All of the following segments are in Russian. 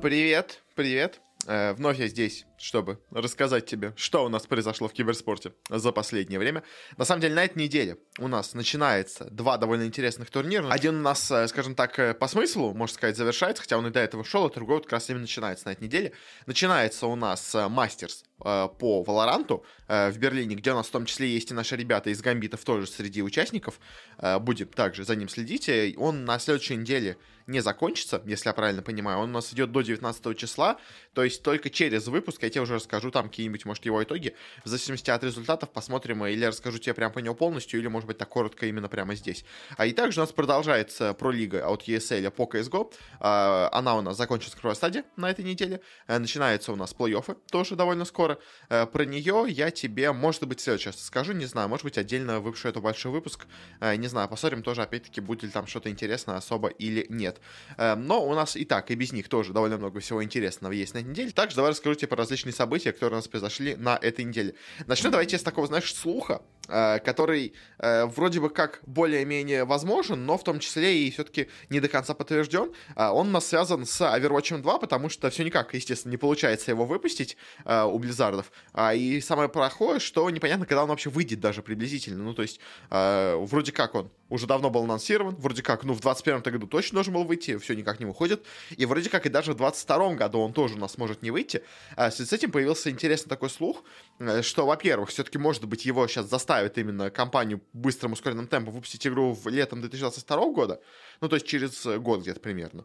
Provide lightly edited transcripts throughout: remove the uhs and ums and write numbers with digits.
Привет, привет. Вновь я здесь, чтобы рассказать тебе, что у нас произошло в киберспорте за последнее время. На самом деле, на этой неделе у нас начинается два довольно интересных турнира. Один у нас, скажем так, по смыслу, можно сказать, завершается, хотя он и до этого шел, а другой вот как раз именно начинается на этой неделе. Начинается у нас Мастерс по Валоранту в Берлине, где у нас в том числе есть и наши ребята из Гамбитов тоже среди участников. Будем также за ним следить. Он на следующей неделе не закончится, если я правильно понимаю. Он у нас идет до 19 числа, то есть только через выпуск я тебе уже расскажу там какие-нибудь, может, его итоги. В зависимости от результатов посмотрим, или я расскажу тебе прям по него полностью, или, может быть, так коротко именно прямо здесь. И также у нас продолжается пролига от ESL по CSGO. Она у нас закончится круговая стадия на этой неделе. Начинается у нас плей-оффы тоже довольно скоро. Про нее я тебе, может быть, в следующий раз скажу, не знаю, может быть, отдельно выпущу это большой выпуск. Не знаю, посмотрим тоже, опять-таки, будет ли там что-то интересное особо или нет. Но у нас и так, и без них тоже довольно много всего интересного есть на этой неделе. Также давай расскажу тебе про различные события, которые у нас произошли на этой неделе. Начну давайте с такого, знаешь, слуха, который вроде бы как более-менее возможен, но в том числе и все-таки не до конца подтвержден. Он у нас связан с Overwatch 2, потому что все никак, естественно, не получается его выпустить у Близзардов. И самое плохое, что непонятно, когда он вообще выйдет даже приблизительно. Ну, то есть, вроде как он уже давно был анонсирован, вроде как, в 21 году точно должен был выйти, все никак не выходит. И вроде как и даже в 22 году он тоже у нас может не выйти. В связи с этим появился интересный такой слух, что, во-первых, все-таки, может быть, его сейчас заставит именно компанию быстрым ускоренным темпом выпустить игру в летом 2022 года, ну, то есть через год где-то примерно.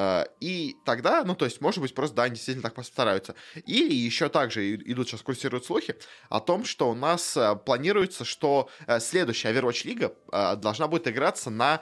И тогда, ну, то есть, может быть, просто, да, они действительно так постараются. Или еще также идут сейчас, курсируют слухи о том, что у нас планируется, что следующая Overwatch лига должна будет играться на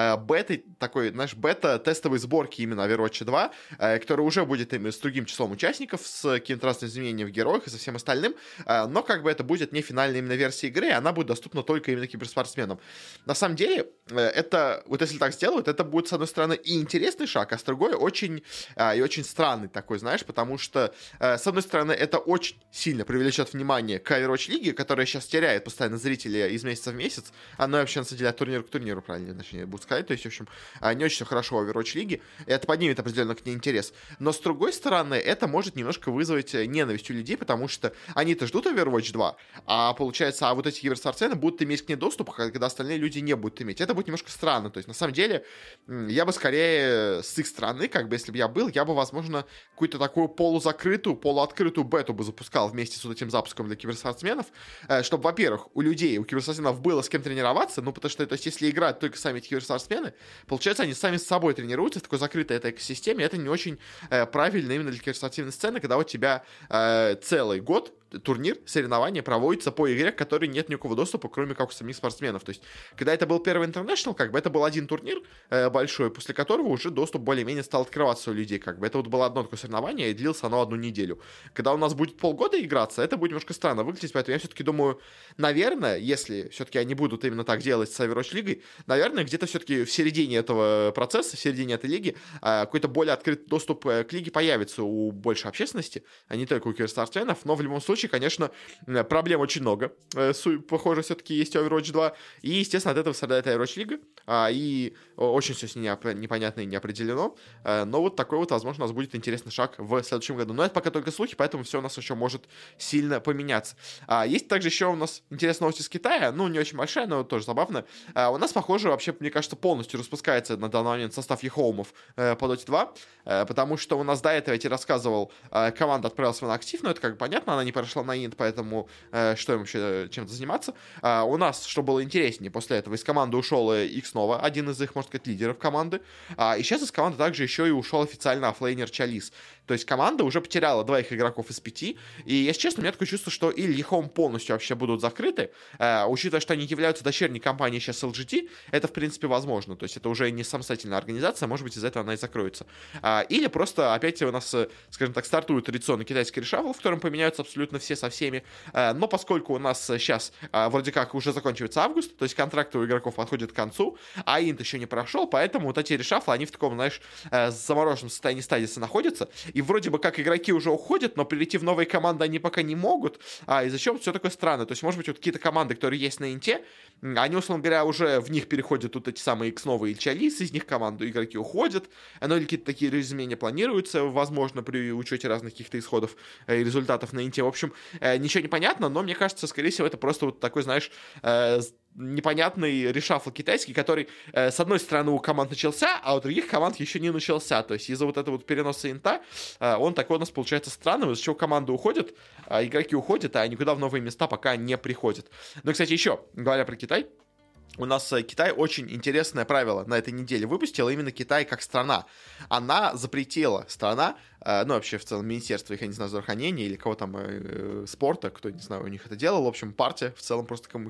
такой, знаешь, бета-тестовой сборке именно Overwatch 2, которая уже будет именно с другим числом участников, с каким-то разным изменением в героях и со всем остальным, но как бы это будет не финальная именно версия игры, она будет доступна только именно киберспортсменам. На самом деле, это, вот если так сделают, это будет, с одной стороны, и интересный шаг, а с другой очень странный такой, знаешь, потому что, с одной стороны, это очень сильно привлечет внимание к Overwatch лиге, которая сейчас теряет постоянно зрителей из месяца в месяц, она вообще, на самом деле, от турнира к турниру, правильно, точнее, буду сказать, то есть, в общем, не очень все хорошо в Overwatch лиге, это поднимет определенно к ней интерес, но, с другой стороны, это может немножко вызвать ненависть у людей, потому что они-то ждут Overwatch 2, а получается, вот эти киберспортсмены будут иметь к ней доступ, когда остальные люди не будут иметь. Это будет немножко странно, то есть, на самом деле, я бы скорее с их стороны, как бы, если бы я был, я бы, возможно, какую-то такую полузакрытую, полуоткрытую бету бы запускал вместе с вот этим запуском для киберспортсменов, чтобы, во-первых, у людей, у киберспортсменов было с кем тренироваться, ну, потому что, то есть, если играют только сами эти киберспортсмены, получается, они сами с собой тренируются в такой закрытой этой экосистеме, это не очень правильно именно для киберспортивной сцены, когда у тебя целый год турнир, соревнования проводятся по игре, к которой нет никакого доступа, кроме как у самих спортсменов. То есть, когда это был первый International, как бы это был один турнир большой, после которого уже доступ более-менее стал открываться у людей. Как бы это вот было одно такое соревнование, и длилось оно 1 неделю. Когда у нас будет полгода играться, это будет немножко странно выглядеть, поэтому я все-таки думаю, наверное, если все-таки они будут именно так делать с Overwatch лигой, наверное, где-то все-таки в середине этого процесса, в середине этой лиги, какой-то более открытый доступ к лиге появится у большей общественности, а не только у киберспортсменов, но в любом случае, конечно, проблем очень много. Похоже, все-таки есть Overwatch 2. И, естественно, от этого страдает Overwatch лига. И очень все с ней непонятно и не определено. Но вот такой вот, возможно, у нас будет интересный шаг в следующем году. Но это пока только слухи, поэтому все у нас еще может сильно поменяться. Есть также еще у нас интересная новость из Китая. Ну, не очень большая, но тоже забавно. У нас, похоже, вообще, мне кажется, полностью распускается на данный момент состав e-хоумов по Dota 2. Потому что у нас до этого, я тебе рассказывал, команда отправилась на актив, но это как бы понятно, она не прошла на инт, поэтому что им вообще чем-то заниматься. У нас, что было интереснее, после этого из команды ушел X-Nova, один из их, можно сказать, лидеров команды. И сейчас из команды также еще и ушел официально оффлейнер Чалис. То есть команда уже потеряла 2 игроков из 5. И, если честно, у меня такое чувство, что или e-home полностью вообще будут закрыты, учитывая, что они являются дочерней компанией сейчас LGT, это, в принципе, возможно. То есть это уже не самостоятельная организация, может быть, из-за этого она и закроется. Или просто опять у нас, скажем так, стартует традиционный китайский решафл, в котором поменяются абсолютно все со всеми. Но поскольку у нас сейчас вроде как уже заканчивается август, то есть контракты у игроков подходят к концу, а инт еще не прошел, поэтому вот эти решафлы, они в таком, знаешь, замороженном состоянии стадиса находятся, и вроде бы как игроки уже уходят, но перейти в новые команды они пока не могут, из-за чего все такое странное. То есть, может быть, вот какие-то команды, которые есть на инте, они, условно говоря, уже в них переходят вот эти самые X-новые Чалисы, из них команду игроки уходят, ну или какие-то такие изменения планируются, возможно, при учете разных каких-то исходов и результатов на инте. В общем, ничего не понятно, но мне кажется, скорее всего, это просто вот такой, знаешь, непонятный решафл китайский, который, с одной стороны, у команд начался, а у других команд еще не начался. То есть из-за вот этого вот переноса инта он такой у нас получается странным, из-за чего команды уходят, игроки уходят, а никуда в новые места пока не приходят. Ну, кстати, еще, говоря про Китай, у нас Китай очень интересное правило на этой неделе выпустила, именно Китай как страна. Она запретила, страна, ну, вообще, в целом, министерство их, я не знаю, здравоохранения или кого там, спорта, кто, не знаю, у них это делал, в общем, партия в целом просто кому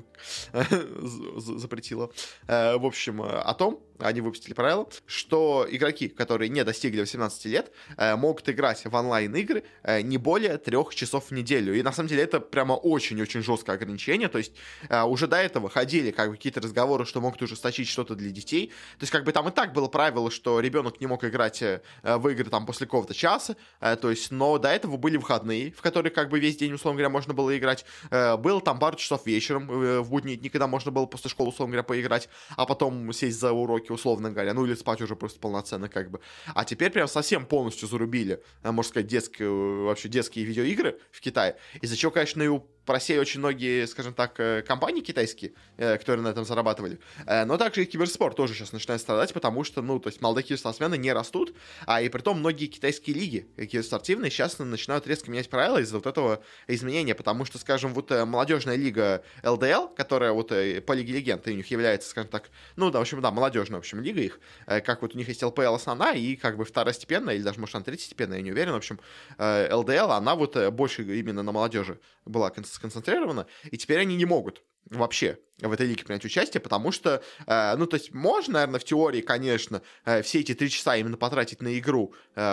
запретила. В общем, о том, они выпустили правило, что игроки, которые не достигли 18 лет, могут играть в онлайн-игры не более 3 часов в неделю. И, на самом деле, это прямо очень-очень жесткое ограничение, то есть уже до этого ходили как бы какие-то разговоры, что могут ужесточить что-то для детей, то есть как бы там и так было правило, что ребенок не мог играть в игры там после какого-то часа, то есть, но до этого были выходные, в которые как бы весь день, условно говоря, можно было играть, было там пару часов вечером в будние дни, когда можно было после школы, условно говоря, поиграть, а потом сесть за уроки, условно говоря, ну или спать уже просто полноценно как бы. А теперь прям совсем полностью зарубили, можно сказать, вообще детские видеоигры в Китае, из-за чего, конечно, и просели очень многие, скажем так, компании китайские, которые на этом зарабатывали. Но также и киберспорт тоже сейчас начинает страдать, потому что, ну, то есть молодые киберспортсмены не растут, и притом многие китайские лиги киберспортивные сейчас начинают резко менять правила из-за вот этого изменения, потому что, скажем, вот молодежная лига ЛДЛ, которая вот по Лиге Легенд, у них является, скажем так, ну, да, в общем, да, молодежная, в общем, лига их, как вот у них есть ЛПЛ основная и как бы второстепенная, или даже, может, она третьестепенная, я не уверен, в общем, ЛДЛ, она вот больше именно на молодежи была сконцентрирована, и теперь они не могут вообще в этой лиге принять участие, потому что, ну, то есть можно, наверное, в теории, конечно, все эти 3 часа именно потратить на игру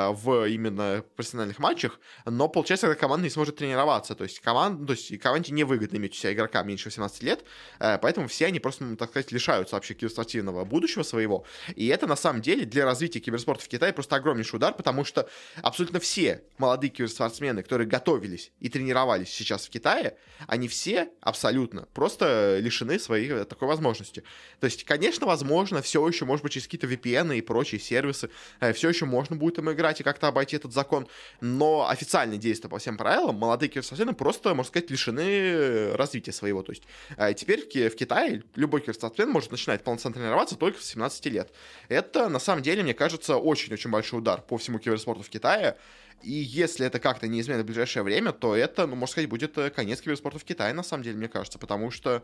в именно профессиональных матчах, но получается, когда команда не сможет тренироваться, то есть команде невыгодно иметь у себя игрока меньше 18 лет, поэтому все они просто, ну, так сказать, лишаются вообще киберспортивного будущего своего, и это, на самом деле, для развития киберспорта в Китае просто огромнейший удар, потому что абсолютно все молодые киберспортсмены, которые готовились и тренировались сейчас в Китае, они все абсолютно просто лишены своей такой возможности. То есть, конечно, возможно, все еще, может быть, через какие-то VPN и прочие сервисы, все еще можно будет им играть и как-то обойти этот закон, но официальные действия по всем правилам молодые киберспортсмены просто, можно сказать, лишены развития своего. То есть, теперь в Китае любой киберспортсмен может начинать полноценно тренироваться только с 17 лет. Это, на самом деле, мне кажется, очень-очень большой удар по всему киберспорту в Китае. И если это как-то не изменит в ближайшее время, то это, ну, можно сказать, будет конец киберспорта в Китае, на самом деле, мне кажется, потому что,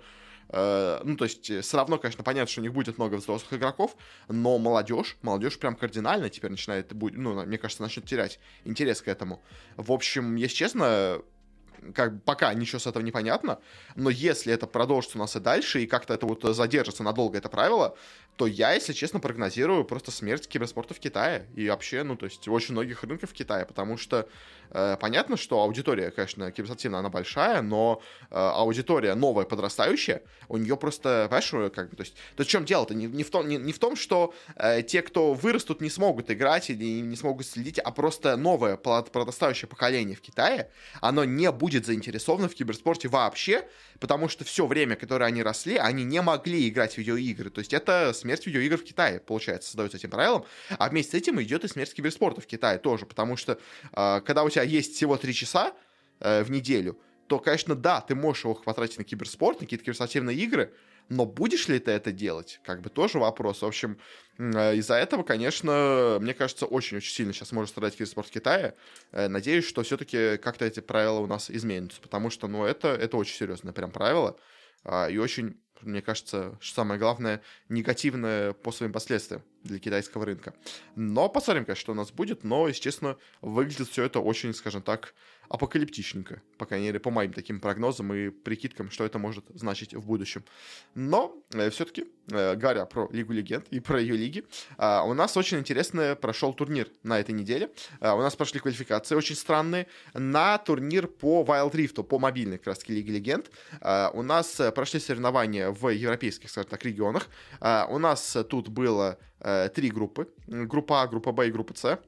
ну, то есть, все равно, конечно, понятно, что у них будет много взрослых игроков, но молодежь прям кардинально теперь начинает, ну, мне кажется, начнет терять интерес к этому. В общем, если честно, как бы пока ничего с этого не понятно, но если это продолжится у нас и дальше, и как-то это вот задержится надолго, это правило, то я, если честно, прогнозирую просто смерть киберспорта в Китае. И вообще, ну, то есть, очень многих рынков в Китае, потому что понятно, что аудитория, конечно, киберспортивная, она большая, но аудитория новая, подрастающая, у нее просто, понимаешь, как бы, то есть в чем дело-то? Не в том, что те, кто вырастут, не смогут играть или не смогут следить, а просто новое подрастающее поколение в Китае, оно не будет заинтересовано в киберспорте вообще, потому что все время, которое они росли, они не могли играть в видеоигры. То есть это смерть видеоигр в Китае, получается, создается этим правилом. А вместе с этим идет и смерть киберспорта в Китае тоже, потому что когда у тебя есть всего 3 часа в неделю, то, конечно, да, ты можешь его потратить на киберспорт, на какие-то киберспортивные игры, но будешь ли ты это делать? Как бы тоже вопрос. В общем, из-за этого, конечно, мне кажется, очень-очень сильно сейчас может страдать киберспорт в Китае. Надеюсь, что все-таки как-то эти правила у нас изменятся, потому что, ну, это очень серьезное прям правило, и очень, мне кажется, что самое главное, негативное по своим последствиям для китайского рынка. Но посмотрим, конечно, что у нас будет, но, естественно, выглядит все это очень, скажем так, апокалиптичненько, по крайней мере, по моим таким прогнозам и прикидкам, что это может значить в будущем. Но все-таки, говоря про Лигу Легенд и про ее лиги, у нас очень интересно прошел турнир на этой неделе. У нас прошли квалификации очень странные на турнир по Wild Rift, по мобильной как раз-таки Лиге Легенд. У нас прошли соревнования в европейских, скажем так, регионах. У нас тут было 3 группы. Группа А, группа Б и группа С.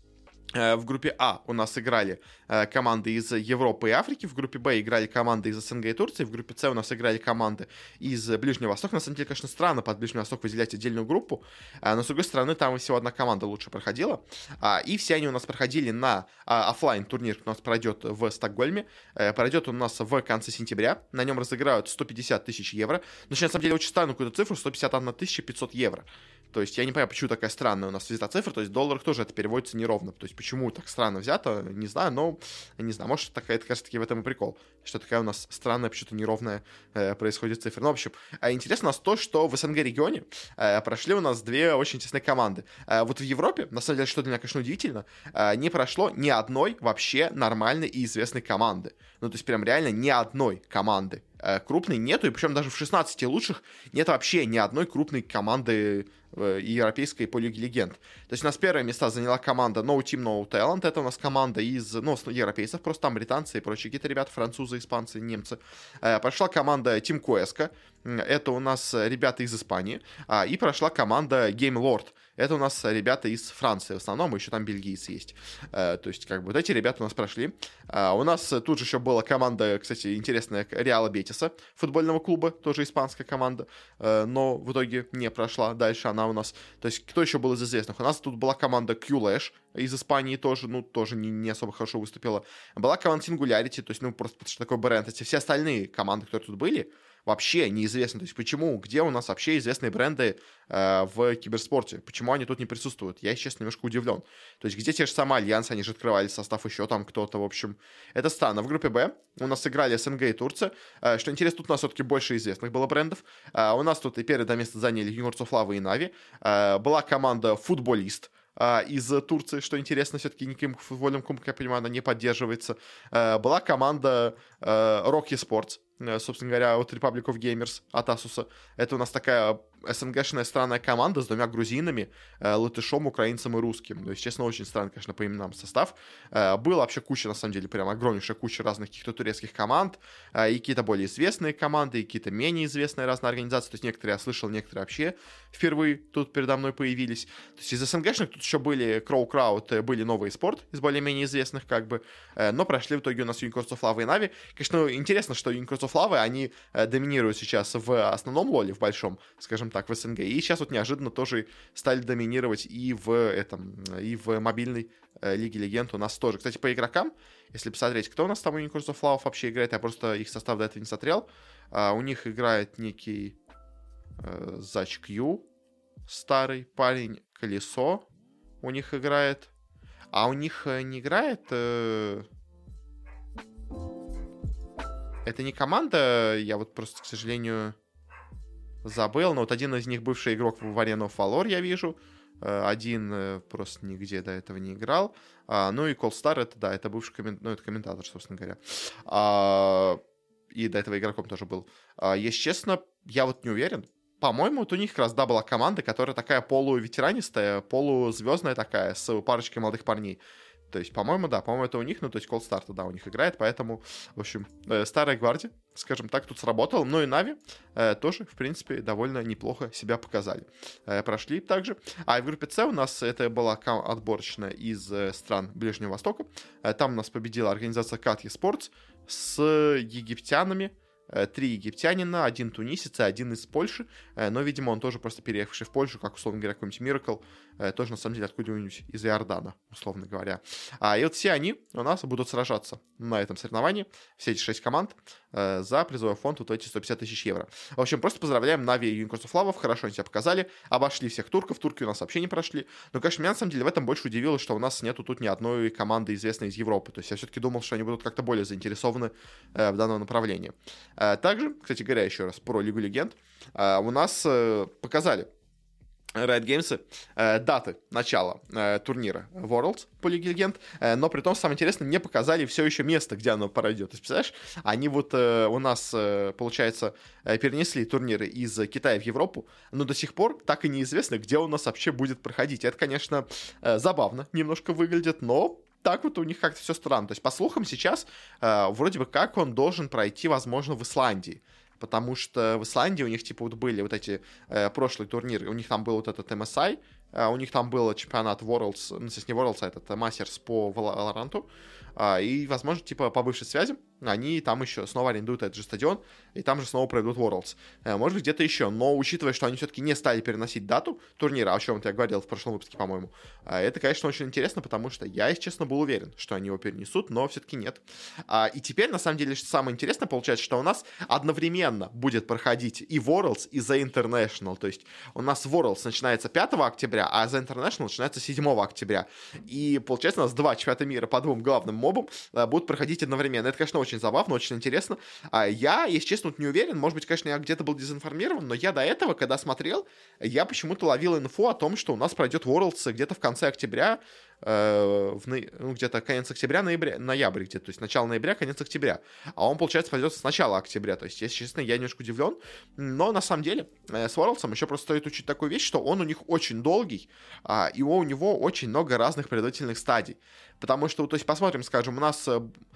В группе А у нас играли команды из Европы и Африки, в группе Б играли команды из СНГ и Турции, в группе С у нас играли команды из Ближнего Востока. На самом деле, конечно, странно под Ближний Восток выделять отдельную группу, но, с другой стороны, там всего одна команда лучше проходила, и все они у нас проходили на офлайн турнир, который у нас пройдет в Стокгольме, пройдет он у нас в конце сентября, на нем разыграют 150 тысяч евро, но на самом деле очень странную какую-то цифру, 151 500 евро. То есть я не понимаю, почему такая странная у нас взята цифра, то есть в долларах тоже это переводится неровно. То есть почему так странно взято, не знаю, но не знаю, может такая, это, кажется, таки в этом и прикол, что такая у нас странная, почему-то неровная происходит цифра. Ну, в общем, интересно у нас то, что в СНГ регионе прошли у нас 2 очень интересные команды. Вот в Европе, на самом деле, что для меня, конечно, удивительно, не прошло ни одной вообще нормальной и известной команды. Ну, то есть прям реально ни одной команды крупной нету, и причем даже в 16 лучших нет вообще ни одной крупной команды европейской по Лиге Легенд. То есть у нас первые места заняла команда No Team No Talent, это у нас команда из, европейцев, просто там британцы и прочие какие-то ребята, французы, испанцы, немцы. Прошла команда Team Cuesca, это у нас ребята из Испании, и прошла команда Game Lord. Это у нас ребята из Франции в основном, еще там бельгийцы есть. То есть, как бы, вот эти ребята у нас прошли. У нас тут же еще была команда, кстати, интересная, Реала Бетиса, футбольного клуба, тоже испанская команда, но в итоге не прошла. Дальше она у нас... То есть, кто еще был из известных? У нас тут была команда Q-Lash из Испании тоже, тоже не особо хорошо выступила. Была команда Singularity, то есть, просто потому что такой бренд. Эти все остальные команды, которые тут были, вообще неизвестно. То есть почему, где у нас вообще известные бренды в киберспорте? Почему они тут не присутствуют? Я, честно, немножко удивлен. То есть где те же самые Альянсы, они же открывали состав еще там кто-то, в общем. Это странно. В группе Б у нас играли СНГ и Турция. Что интересно, тут у нас все-таки больше известных было брендов. У нас тут и первое место заняли Universe of Lava и Na'Vi. Была команда Футболист из Турции, что интересно, все-таки никаким футбольным клубом, как я понимаю, она не поддерживается. Была команда Rocky Sports, собственно говоря, от Republic of Gamers, от Asus. Это у нас такая СНГшная странная команда с 2 грузинами, латышом, украинцем и русским. То есть, честно, очень странно, конечно, по именам состав. Была вообще куча, на самом деле, прям огромнейшая куча разных каких-то турецких команд, и какие-то более известные команды, и какие-то менее известные разные организации. То есть, некоторые я слышал, некоторые вообще впервые тут передо мной появились. То есть, из СНГшных тут еще были Crow Crowd, были Новый Спорт, из более-менее известных, как бы, но прошли в итоге у нас Unicorns of Lava и Na'Vi. Конечно, интересно, что Unicorns of Lava, они доминируют сейчас в основном лоле, в большом, скажем так, в СНГ. И сейчас вот неожиданно тоже стали доминировать и в мобильной Лиге Легенд у нас тоже. Кстати, по игрокам, если посмотреть, кто у нас там у Unicorns of Lava вообще играет, я просто их состав до этого не смотрел. У них играет некий Зач Кью, старый парень, Колесо у них играет. А у них не играет... Это не команда, я вот просто, к сожалению, забыл, но вот один из них бывший игрок в Arena of Valor, я вижу. Один просто нигде до этого не играл. Ну и Колстар, это, да, это бывший это комментатор, собственно говоря. И до этого игроком тоже был. Если честно, я вот не уверен. По-моему, вот у них как раз, да, была команда, которая такая полуветеранистая, полузвездная такая, с парочкой молодых парней. То есть, по-моему, да, по-моему, это у них, то есть Cold Start, да, у них играет, поэтому, в общем, старая гвардия, скажем так, тут сработала. Ну и Na'Vi тоже, в принципе, довольно неплохо себя показали. Прошли также. А в группе С у нас это была отборочная из стран Ближнего Востока. Там у нас победила организация Cat Sports с египтянами. 3 египтянина, 1 тунисец и 1 из Польши, но, видимо, он тоже просто переехавший в Польшу, как, условно говоря, какой-нибудь Miracle, тоже, на самом деле, откуда-нибудь из Иордана, условно говоря. И вот все они у нас будут сражаться на этом соревновании, все эти 6 команд, за призовой фонд вот эти 150 тысяч евро. В общем, просто поздравляем Na'Vi и Unicorns of Lava, хорошо они себя показали, обошли всех турков, турки у нас вообще не прошли, но, конечно, меня, на самом деле, в этом больше удивило, что у нас нету тут ни одной команды, известной из Европы, то есть я все-таки думал, что они будут как-то более заинтересованы в данном направлении. Также, кстати говоря, еще раз про Лигу Легенд, у нас показали Riot Games даты начала турнира Worlds по Лиге Легенд, но при том, самое интересное, не показали все еще место, где оно пройдет. То есть, представляешь, они вот у нас, получается, перенесли турниры из Китая в Европу, но до сих пор так и неизвестно, где у нас вообще будет проходить. Это, конечно, забавно немножко выглядит, но так вот у них как-то все странно. То есть, по слухам, сейчас вроде бы как он должен пройти, возможно, в Исландии. Потому что в Исландии у них, типа, вот были вот эти прошлые турниры, у них там был вот этот MSI, у них там был чемпионат Worlds, ну, не Worlds, а этот Masters по Valorant, и, возможно, типа, по бывшей связи они там еще снова арендуют этот же стадион, и там же снова пройдут Worlds. Может быть, где-то еще, но учитывая, что они все-таки не стали переносить дату турнира, о чем я говорил в прошлом выпуске, по-моему, это, конечно, очень интересно, потому что я, если честно, был уверен, что они его перенесут, но все-таки нет. И теперь, на самом деле, что самое интересное, получается, что у нас одновременно будет проходить и Worlds, и The International, то есть у нас Worlds начинается 5 октября, а The International начинается 7 октября, и, получается, у нас 2 чемпионата мира по 2 главным мобам будут проходить одновременно. Это, конечно, очень забавно, очень интересно. Я, если честно, не уверен, может быть, конечно, я где-то был дезинформирован, но я до этого, когда смотрел, я почему-то ловил инфу о том, что у нас пройдет Worlds где-то в конце октября, где-то конец октября, ноябрь где-то, то есть начало ноября, конец октября. А он, получается, пойдет с начала октября. То есть, если честно, я немножко удивлен. Но, на самом деле, с Worlds еще просто стоит учить такую вещь, что он у них очень долгий, и у него очень много разных предварительных стадий. Потому что, то есть, посмотрим, скажем, у нас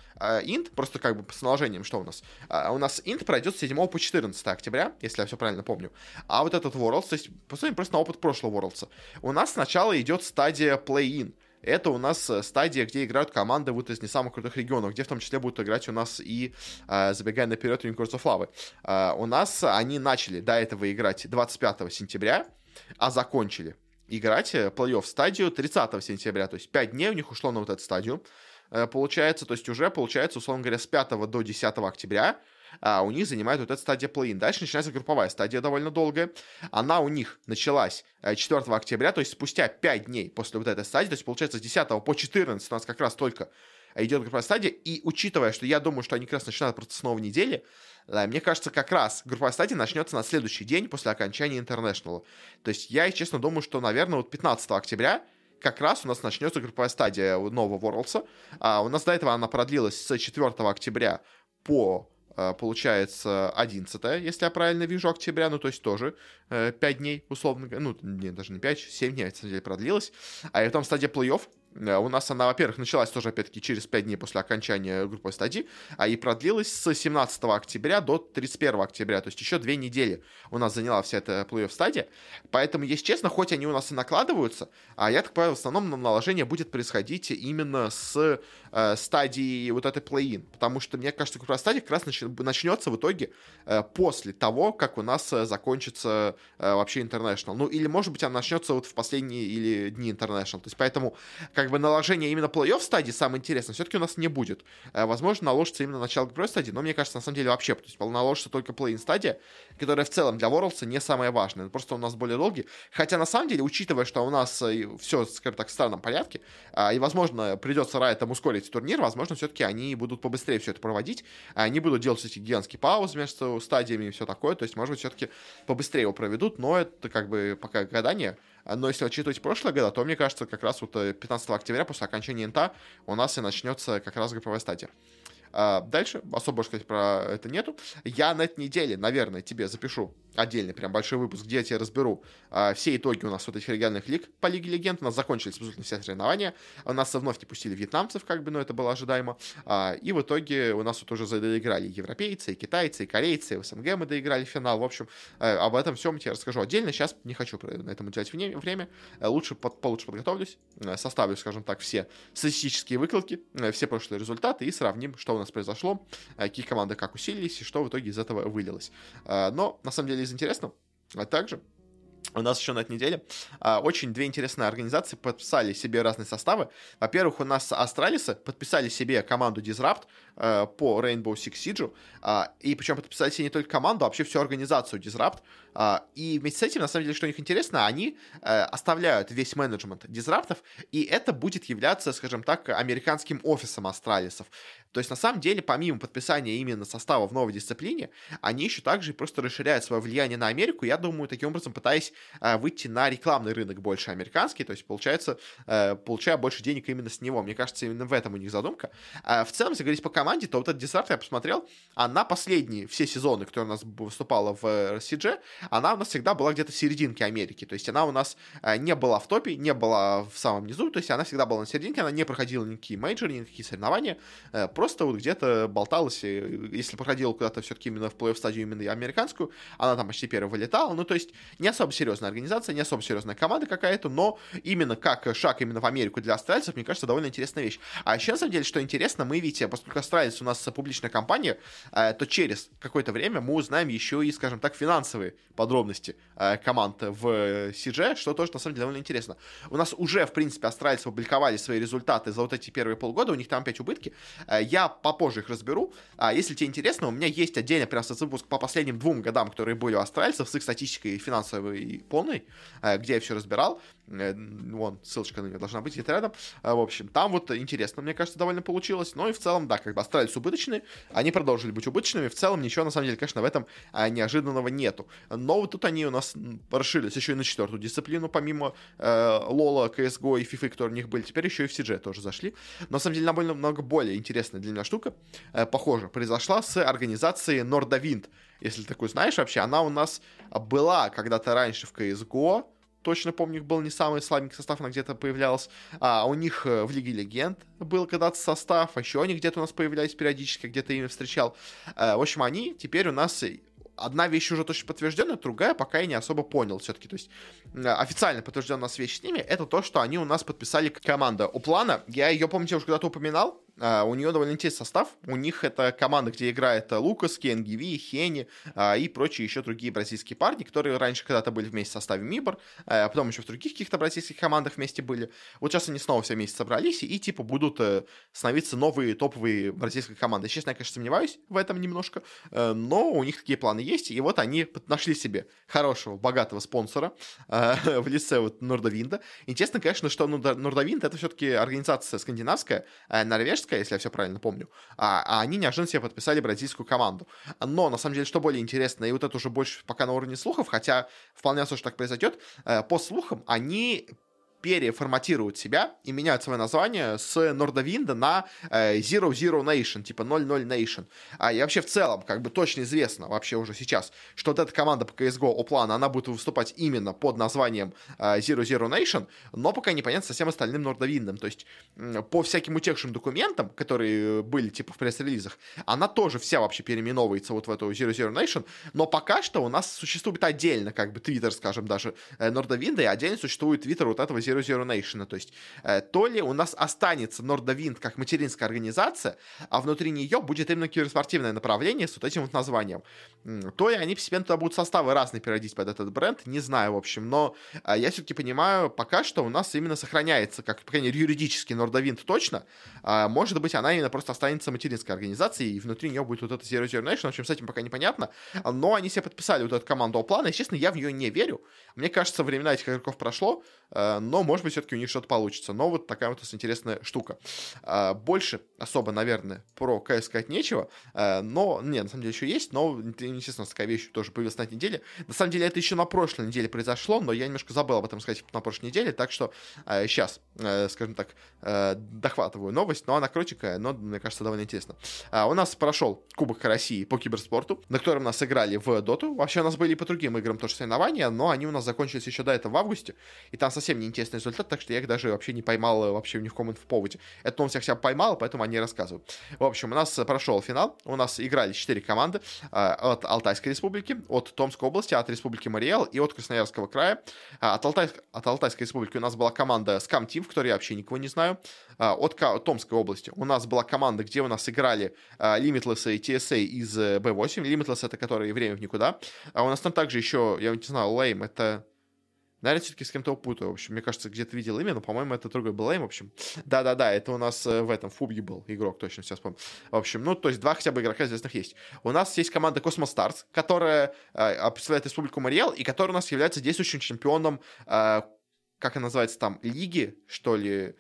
Инт, просто как бы с наложением, что у нас? У нас Инт пройдет с 7 по 14 октября, если я все правильно помню. А вот этот Worlds, то есть, посмотрим просто на опыт прошлого Worlds. У нас сначала идет стадия Play-In. Это у нас стадия, где играют команды вот из не самых крутых регионов, где в том числе будут играть у нас и, забегая наперед, Unicorns of Lava. У нас они начали до этого играть 25 сентября, а закончили играть плей-офф стадию 30 сентября. То есть 5 дней у них ушло на вот эту стадию, получается. То есть уже, получается, условно говоря, с 5 до 10 октября у них занимает вот эта стадия плей-ин. Дальше начинается групповая стадия, довольно долгая. Она у них началась 4 октября, то есть спустя 5 дней после вот этой стадии, то есть получается с 10 по 14 у нас как раз только идет групповая стадия. И учитывая, что я думаю, что они как раз начинают просто с новой недели, мне кажется, как раз групповая стадия начнется на следующий день после окончания International. То есть я, честно, думаю, что, наверное, вот 15 октября как раз у нас начнется групповая стадия нового Worlds. У нас до этого она продлилась с 4 октября по, получается, 11, если я правильно вижу, октября, ну, то есть тоже 5 дней, условно говоря, ну, нет, даже не 5, 7 дней, на самом деле, продлилась. И потом стадия плей-офф. У нас она, во-первых, началась тоже, опять-таки, через 5 дней после окончания групповой стадии, и продлилась с 17 октября до 31 октября, то есть еще 2 недели у нас заняла вся эта плей-офф стадия. Поэтому, если честно, хоть они у нас и накладываются, я так понимаю, в основном наложение будет происходить именно с стадии вот этой плей-ин, потому что, мне кажется, групповая стадия как раз начнется в итоге после того, как у нас закончится вообще International. Ну, или, может быть, она начнется вот в последние или дни International. То есть, поэтому как бы наложение именно плей-офф стадии самое интересное все-таки у нас не будет. Возможно, наложится именно начало групповой стадии, но мне кажется, на самом деле вообще, то есть наложится только плей-ин стадия, которая в целом для Worlds не самая важная. Просто у нас более долгий. Хотя, на самом деле, учитывая, что у нас все, скажем так, в странном порядке, и, возможно, придется Riot'ам ускорить турнир, возможно, все-таки они будут побыстрее все это проводить, они будут делать эти гигантские паузы между стадиями и все такое, то есть, может быть, все-таки побыстрее его проведут, но это как бы пока гадание. Но если учитывать прошлые года, то, мне кажется, как раз вот 15 октября после окончания инта у нас и начнется как раз групповая стадия. Дальше особо больше сказать про это нету. Я на этой неделе, наверное, тебе запишу отдельный прям большой выпуск, где я тебе разберу все итоги у нас вот этих региональных лиг по Лиге Легенд. У нас закончились абсолютно все соревнования. У нас вновь не пустили вьетнамцев, как бы, но это было ожидаемо. И в итоге у нас вот уже доиграли и европейцы, и китайцы, и корейцы, и в СНГ мы доиграли финал. В общем, об этом всем я тебе расскажу отдельно. Сейчас не хочу на этом уделять время. Лучше получше подготовлюсь, составлю, скажем так, все статистические выкладки, все прошлые результаты и сравним, что у нас произошло, какие команды как усилились и что в итоге из этого вылилось. Но, на самом деле, из интересного, также у нас еще на этой неделе очень две интересные организации подписали себе разные составы. Во-первых, у нас Астралисы подписали себе команду Disrupt. по Rainbow Six Siege, и причем подписали себе не только команду, а вообще всю организацию Disrupt. И вместе с этим, на самом деле, что у них интересно, они оставляют весь менеджмент Disrupt'ов, и это будет являться, скажем так, американским офисом Астралисов. То есть, на самом деле, помимо подписания именно состава в новой дисциплине, они еще также просто расширяют свое влияние на Америку, я думаю, таким образом пытаясь выйти на рекламный рынок больше американский, то есть, получается, получая больше денег именно с него. Мне кажется, именно в этом у них задумка. В целом, если говорить по команде, то вот этот Disrupt я посмотрел, она последние все сезоны, которые у нас выступала в CG, она у нас всегда была где-то в серединке Америки, то есть она у нас не была в топе, не была в самом низу, то есть она всегда была на серединке, она не проходила никакие мейджоры, никакие соревнования, просто вот где-то болталась, если проходила куда-то все-таки именно в плей-офф стадию именно американскую, она там почти первая вылетала, ну то есть не особо серьезная организация, не особо серьезная команда какая-то, но именно как шаг именно в Америку для австралийцев, мне кажется, довольно интересная вещь. А еще на самом деле, что интересно, мы видите, поскольку австралийцы у нас публичная компания, то через какое-то время мы узнаем еще и, скажем так, финансовые подробности команд в CG, что тоже, на самом деле, довольно интересно. У нас уже, в принципе, австралийцы опубликовали свои результаты за вот эти первые полгода, у них там опять убытки. Я попозже их разберу. Если тебе интересно, у меня есть отдельно прям выпуск по последним 2 годам, которые были у австралийцев, с их статистикой финансовой и полной, где я все разбирал. Вон, ссылочка на нее должна быть где-то рядом. В общем, там вот интересно, мне кажется, довольно получилось. Но и в целом, да, как бы австралийцы убыточные, они продолжили быть убыточными. В целом ничего, на самом деле, конечно, в этом неожиданного нету. Но вот тут они у нас расширились еще и на 4-ю дисциплину, помимо Лола, CSGO и FIFA, которые у них были. Теперь еще и в CG тоже зашли. Но, на самом деле, намного более интересная для меня штука, похоже, произошла с организацией Nordavind. Если ты такую знаешь вообще, она у нас была когда-то раньше в CSGO, точно помню, их был не самый слабенький состав, она где-то появлялась. У них в Лиге Легенд был когда-то состав, а еще они где-то у нас появлялись периодически, где-то ими встречал. В общем, они теперь у нас... Одна вещь уже точно подтверждена, другая пока я не особо понял все-таки. То есть официально подтверждена у нас вещь с ними, это то, что они у нас подписали команда Уплана. Я ее, помните, уже когда-то упоминал. У нее довольно интересный состав. У них это команда, где играет Лукас, Кенгиви, Хенни и прочие еще другие бразильские парни, которые раньше когда-то были вместе в составе Мибор, а потом еще в других каких-то бразильских командах вместе были. Вот сейчас они снова все вместе собрались и типа будут становиться новые топовые бразильские команды. Честно, я, конечно, сомневаюсь в этом немножко, но у них такие планы есть. И вот они нашли себе хорошего, богатого спонсора в лице вот Nordavind. Интересно, конечно, что Nordavind это все-таки организация скандинавская, норвежская, если я все правильно помню, а они неожиданно себе подписали бразильскую команду. Но, на самом деле, что более интересно, и вот это уже больше пока на уровне слухов, хотя вполне возможно, что так произойдет, по слухам, они переформатируют себя и меняют свое название с Nordavind на Zero Zero Nation, типа 0-0 Nation. И вообще в целом, как бы точно известно вообще уже сейчас, что вот эта команда по CSGO Оплана, она будет выступать именно под названием Zero Zero Nation, но пока непонятно со всем остальным Nordavind. То есть по всяким утекшим документам, которые были типа в пресс-релизах, она тоже вся вообще переименовывается вот в эту Zero Zero Nation, но пока что у нас существует отдельно как бы твиттер, скажем, даже Nordavind, и отдельно существует твиттер вот этого Zero Zero Nation. То есть то ли у нас останется Nordavind как материнская организация, а внутри нее будет именно киберспортивное направление с вот этим вот названием. То ли они постепенно туда будут составы разные переводить под этот бренд, не знаю, в общем. Но я все-таки понимаю, пока что у нас именно сохраняется, как, по крайней мере, юридически Nordavind точно. Может быть, она именно просто останется материнской организацией, и внутри нее будет вот это Zero Zero Nation. В общем, с этим пока непонятно. Но они себе подписали вот эту команду Оплана. И, честно, я в нее не верю. Мне кажется, времена этих игроков прошло, но, может быть, все-таки у них что-то получится. Но вот такая вот интересная штука. Больше особо, наверное, про CS сказать нечего. Но, нет, на самом деле еще есть, но, естественно, такая вещь тоже появилась на этой неделе. На самом деле, это еще на прошлой неделе произошло, но я немножко забыл об этом сказать на прошлой неделе, так что сейчас, скажем так, дохватываю новость, но она коротенькая, но, мне кажется, довольно интересно. У нас прошел Кубок России по киберспорту, на котором нас играли в Доту. Вообще у нас были и по другим играм тоже соревнования, но они у нас закончились еще до этого в августе, и там совсем неинтересный результат, так что я их даже вообще не поймал вообще ни в каком инфоповоде. Это он всех себя поймал, поэтому они рассказывают. В общем, у нас прошел финал, у нас играли 4 команды от Алтайской республики, от Томской области, от Республики Мариэл и от Красноярского края. От Алтайской республики у нас была команда Scam Team, в которой я вообще никого не знаю. От Томской области у нас была команда, где у нас играли Limitless и TSA из B8. Limitless — это которые время в никуда. У нас там также еще, я не знаю, Lame — это... Наверное, все-таки с кем-то путаю. В общем, мне кажется, где-то видел имя, но, по-моему, это другой был им. В общем, да-да-да, это у нас в этом, в Фубге был игрок, точно сейчас помню. В общем, ну, то есть два хотя бы игрока известных есть. У нас есть команда Cosmos Stars, которая представляет Республику Мариэл, и которая у нас является действующим чемпионом, как она называется там, лиги, что ли,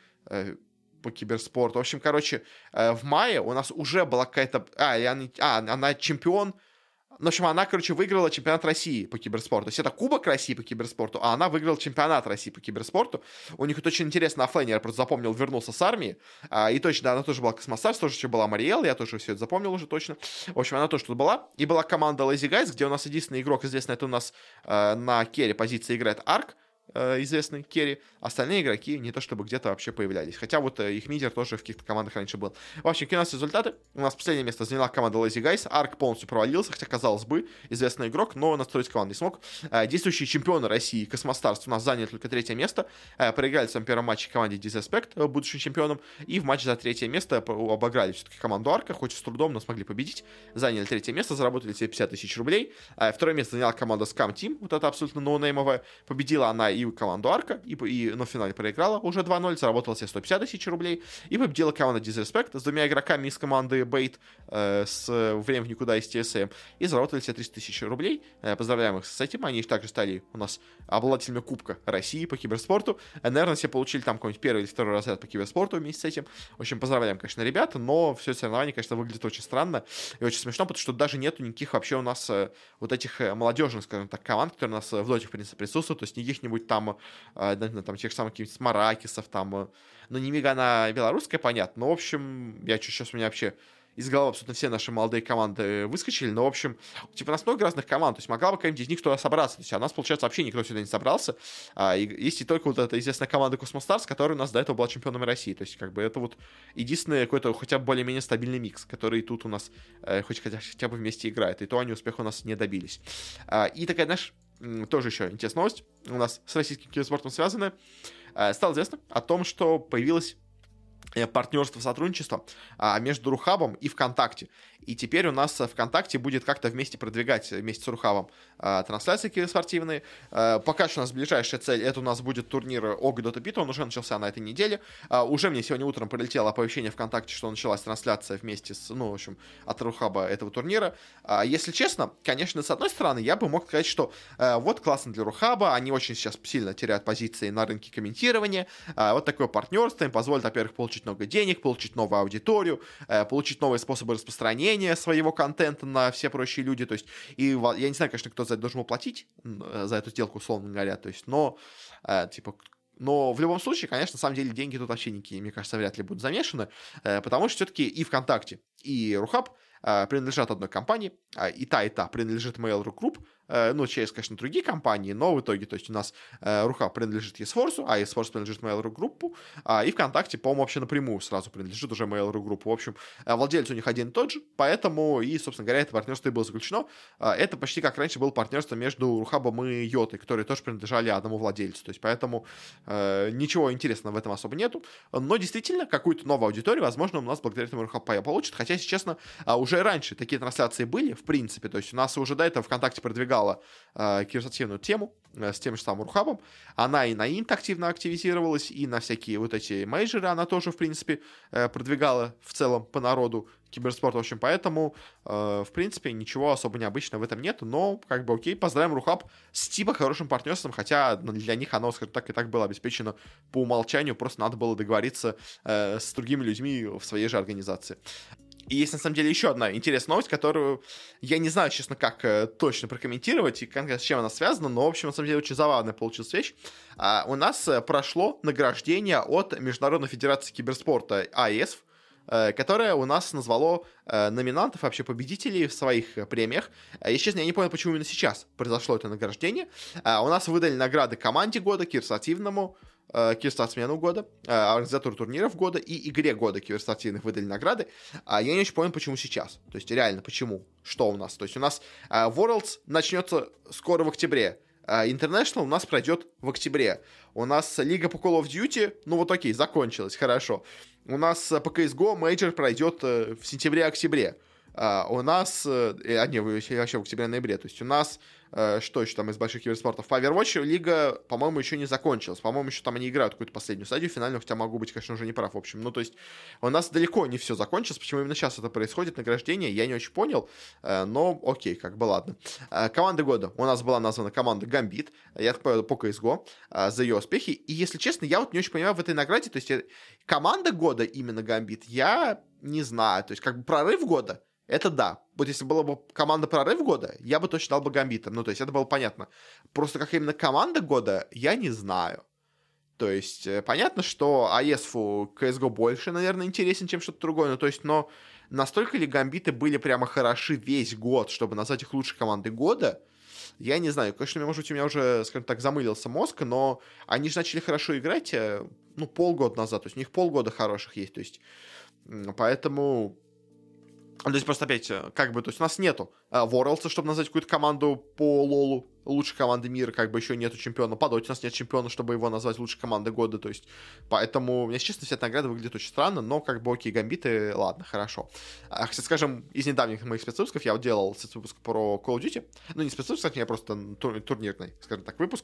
по киберспорту. В общем, короче, в мае у нас уже была какая-то... она чемпион. В общем, она, короче, выиграла чемпионат России по киберспорту. То есть это Кубок России по киберспорту, а она выиграла чемпионат России по киберспорту. У них это очень интересно оффлейне, я просто запомнил, вернулся с армии. И точно, да, она тоже была Космостарс, тоже еще была Мариэл, я тоже все это запомнил уже точно. В общем, она тоже тут была. И была команда Lazy Guys, где у нас единственный игрок известный, это у нас на керри позиции играет Арк, известный керри. Остальные игроки не то чтобы где-то вообще появлялись. Хотя вот их мидер тоже в каких-то командах раньше был. В общем, какие у нас результаты? У нас последнее место заняла команда Lazy Guys. Арк полностью провалился, хотя, казалось бы, известный игрок, но настроить команду не смог. Действующие чемпионы России Космостарс у нас заняли только третье место. Проиграли в своем первом матче команде Disrespect, будущим чемпионом. И в матче за третье место обыграли все-таки команду Арка, хоть и с трудом, но смогли победить. Заняли третье место, заработали себе 50 тысяч рублей. Второе место заняла команда Scam Team, вот это абсолютно ноунеймовая. Победила она и команду Арка, и в финале проиграла уже 2-0, заработала себе 150 тысяч рублей, и победила команда Disrespect с двумя игроками из команды Bait с временем в никуда из TSM, и заработали себе 300 тысяч рублей. Поздравляем их с этим, они также стали у нас обладателями Кубка России по киберспорту. Наверное, все получили там какой-нибудь первый или второй разряд по киберспорту вместе с этим. В общем, поздравляем, конечно, ребят, но все соревнование, конечно, выглядит очень странно и очень смешно, потому что даже нету никаких вообще у нас вот этих молодежных, скажем так, команд, которые у нас в доте, в принципе, присутствуют, то есть никаких-нибудь там тех самых каких-то смаракисов, там, ну, не Мегана белорусская, понятно, но, в общем, сейчас у меня вообще из головы абсолютно все наши молодые команды выскочили, но, в общем, типа, у нас много разных команд, то есть могла бы какая-нибудь из них туда собраться, то есть, а у нас, получается, вообще никто сюда не собрался, и есть и только вот эта известная команда Cosmos Stars, которая у нас до этого была чемпионом России, то есть, как бы, это вот единственный какой-то хотя бы более-менее стабильный микс, который тут у нас хотя бы вместе играет, и то они успеха у нас не добились. И такая, знаешь, тоже еще интересная новость, у нас с российским киберспортом связанная. Стало известно о том, что появилось партнерство, сотрудничество между Рухабом и ВКонтакте. И теперь у нас ВКонтакте будет как-то вместе продвигать вместе с Рухабом трансляции киберспортивные. Пока что у нас ближайшая цель, это у нас будет турнир ОГ Dota Pit, он уже начался на этой неделе. Уже мне сегодня утром прилетело оповещение ВКонтакте, что началась трансляция вместе с, ну, в общем, от Рухаба этого турнира. Если честно, конечно, с одной стороны, я бы мог сказать, что вот классно для Рухаба, они очень сейчас сильно теряют позиции на рынке комментирования. Вот такое партнерство им позволит, во-первых, получить много денег, получить новую аудиторию, получить новые способы распространения своего контента на все прочие люди, то есть, и я не знаю, конечно, кто за это должен был платить, за эту сделку, условно говоря, то есть, но, типа, но в любом случае, конечно, на самом деле деньги тут вообще никакие, мне кажется, вряд ли будут замешаны, потому что все-таки и ВКонтакте, и Рухаб принадлежат одной компании, и та принадлежит Mail.ru Group, ну, через, конечно, другие компании, но в итоге, то есть у нас Рухаб принадлежит eSforce, а eSforce принадлежит Mail.ru Group, и ВКонтакте, по-моему, вообще напрямую сразу принадлежит уже Mail.ru Group. В общем, владелец у них один и тот же, поэтому, и, собственно говоря, это партнерство и было заключено. Это почти как раньше было партнерство между Рухабом и Йотой, которые тоже принадлежали одному владельцу, то есть поэтому ничего интересного в этом особо нету, но действительно, какую-то новую аудиторию, возможно, у нас благодаря этому Рухаб получит, хотя, если честно, уже раньше такие трансляции были, в принципе, то есть у нас уже до этого ВКонтакте продвигала киберспортивную тему с тем же самым Рухабом. Она и на Инт активно активизировалась, и на всякие вот эти мейджоры она тоже, в принципе, продвигала в целом по народу киберспорт. В общем, поэтому, в принципе, ничего особо необычного в этом нет, но, как бы, окей, поздравим Рухаб с типа хорошим партнерством, хотя для них оно, скажем так, и так было обеспечено по умолчанию, просто надо было договориться с другими людьми в своей же организации. И есть, на самом деле, еще одна интересная новость, которую я не знаю, честно, как точно прокомментировать и конкретно с чем она связана, но, в общем, на самом деле, очень забавная получилась вещь. У нас прошло награждение от Международной Федерации Киберспорта АЭС, которое у нас назвало номинантов, вообще победителей в своих премиях. Если честно, я не понял, почему именно сейчас произошло это награждение. У нас выдали награды команде года, киберспортивному, киберспортсмену года, организатору турниров года и игре года киберспортивных выдали награды. Я не очень понял, почему сейчас. То есть, реально, почему? Что у нас? То есть, у нас Worlds начнется скоро в октябре. International у нас пройдет в октябре. У нас Лига по Call of Duty, ну вот окей, закончилась, хорошо. У нас по CSGO Major пройдет в сентябре-октябре. У нас... вообще в октябре-ноябре. То есть у нас Что еще там из больших киберспортов? По Overwatch лига, по-моему, еще не закончилась. По-моему, еще там они играют какую-то последнюю стадию финальную, хотя могу быть, конечно, уже не прав. В общем, ну, то есть у нас далеко не все закончилось. Почему именно сейчас это происходит, награждение, я не очень понял. Но окей, как бы ладно. Команда года. У нас была названа команда Gambit. Я так понял, по CSGO за ее успехи. И, если честно, я вот не очень понимаю в этой награде. То есть команда года именно Gambit, я не знаю. То есть как бы прорыв года, это да. Вот если была бы команда прорыв года, я бы точно дал бы Гамбитам. Ну, то есть это было понятно. Просто как именно команда года, я не знаю. То есть понятно, что АЕСФу CSGO больше, наверное, интересен, чем что-то другое. Ну, то есть, но настолько ли Гамбиты были прямо хороши весь год, чтобы назвать их лучшей командой года, я не знаю. Конечно, может быть, у меня уже, скажем так, замылился мозг, но они же начали хорошо играть, ну, полгода назад. То есть у них полгода хороших есть. То есть поэтому... То есть просто опять, как бы, то есть у нас нету Worlds, чтобы назвать какую-то команду по лолу лучшей команды мира, как бы еще нету чемпиона. По доте у нас нет чемпиона, чтобы его назвать лучшей командой года, то есть, поэтому, если честно, вся эта награда выглядит очень странно, но, как бы, окей, Гамбиты, ладно, хорошо. Кстати, скажем, из недавних моих спецвыпусков я вот делал спецвыпуск про Call of Duty, ну, не спецвыпуск, кстати, я просто турнирный, скажем так, выпуск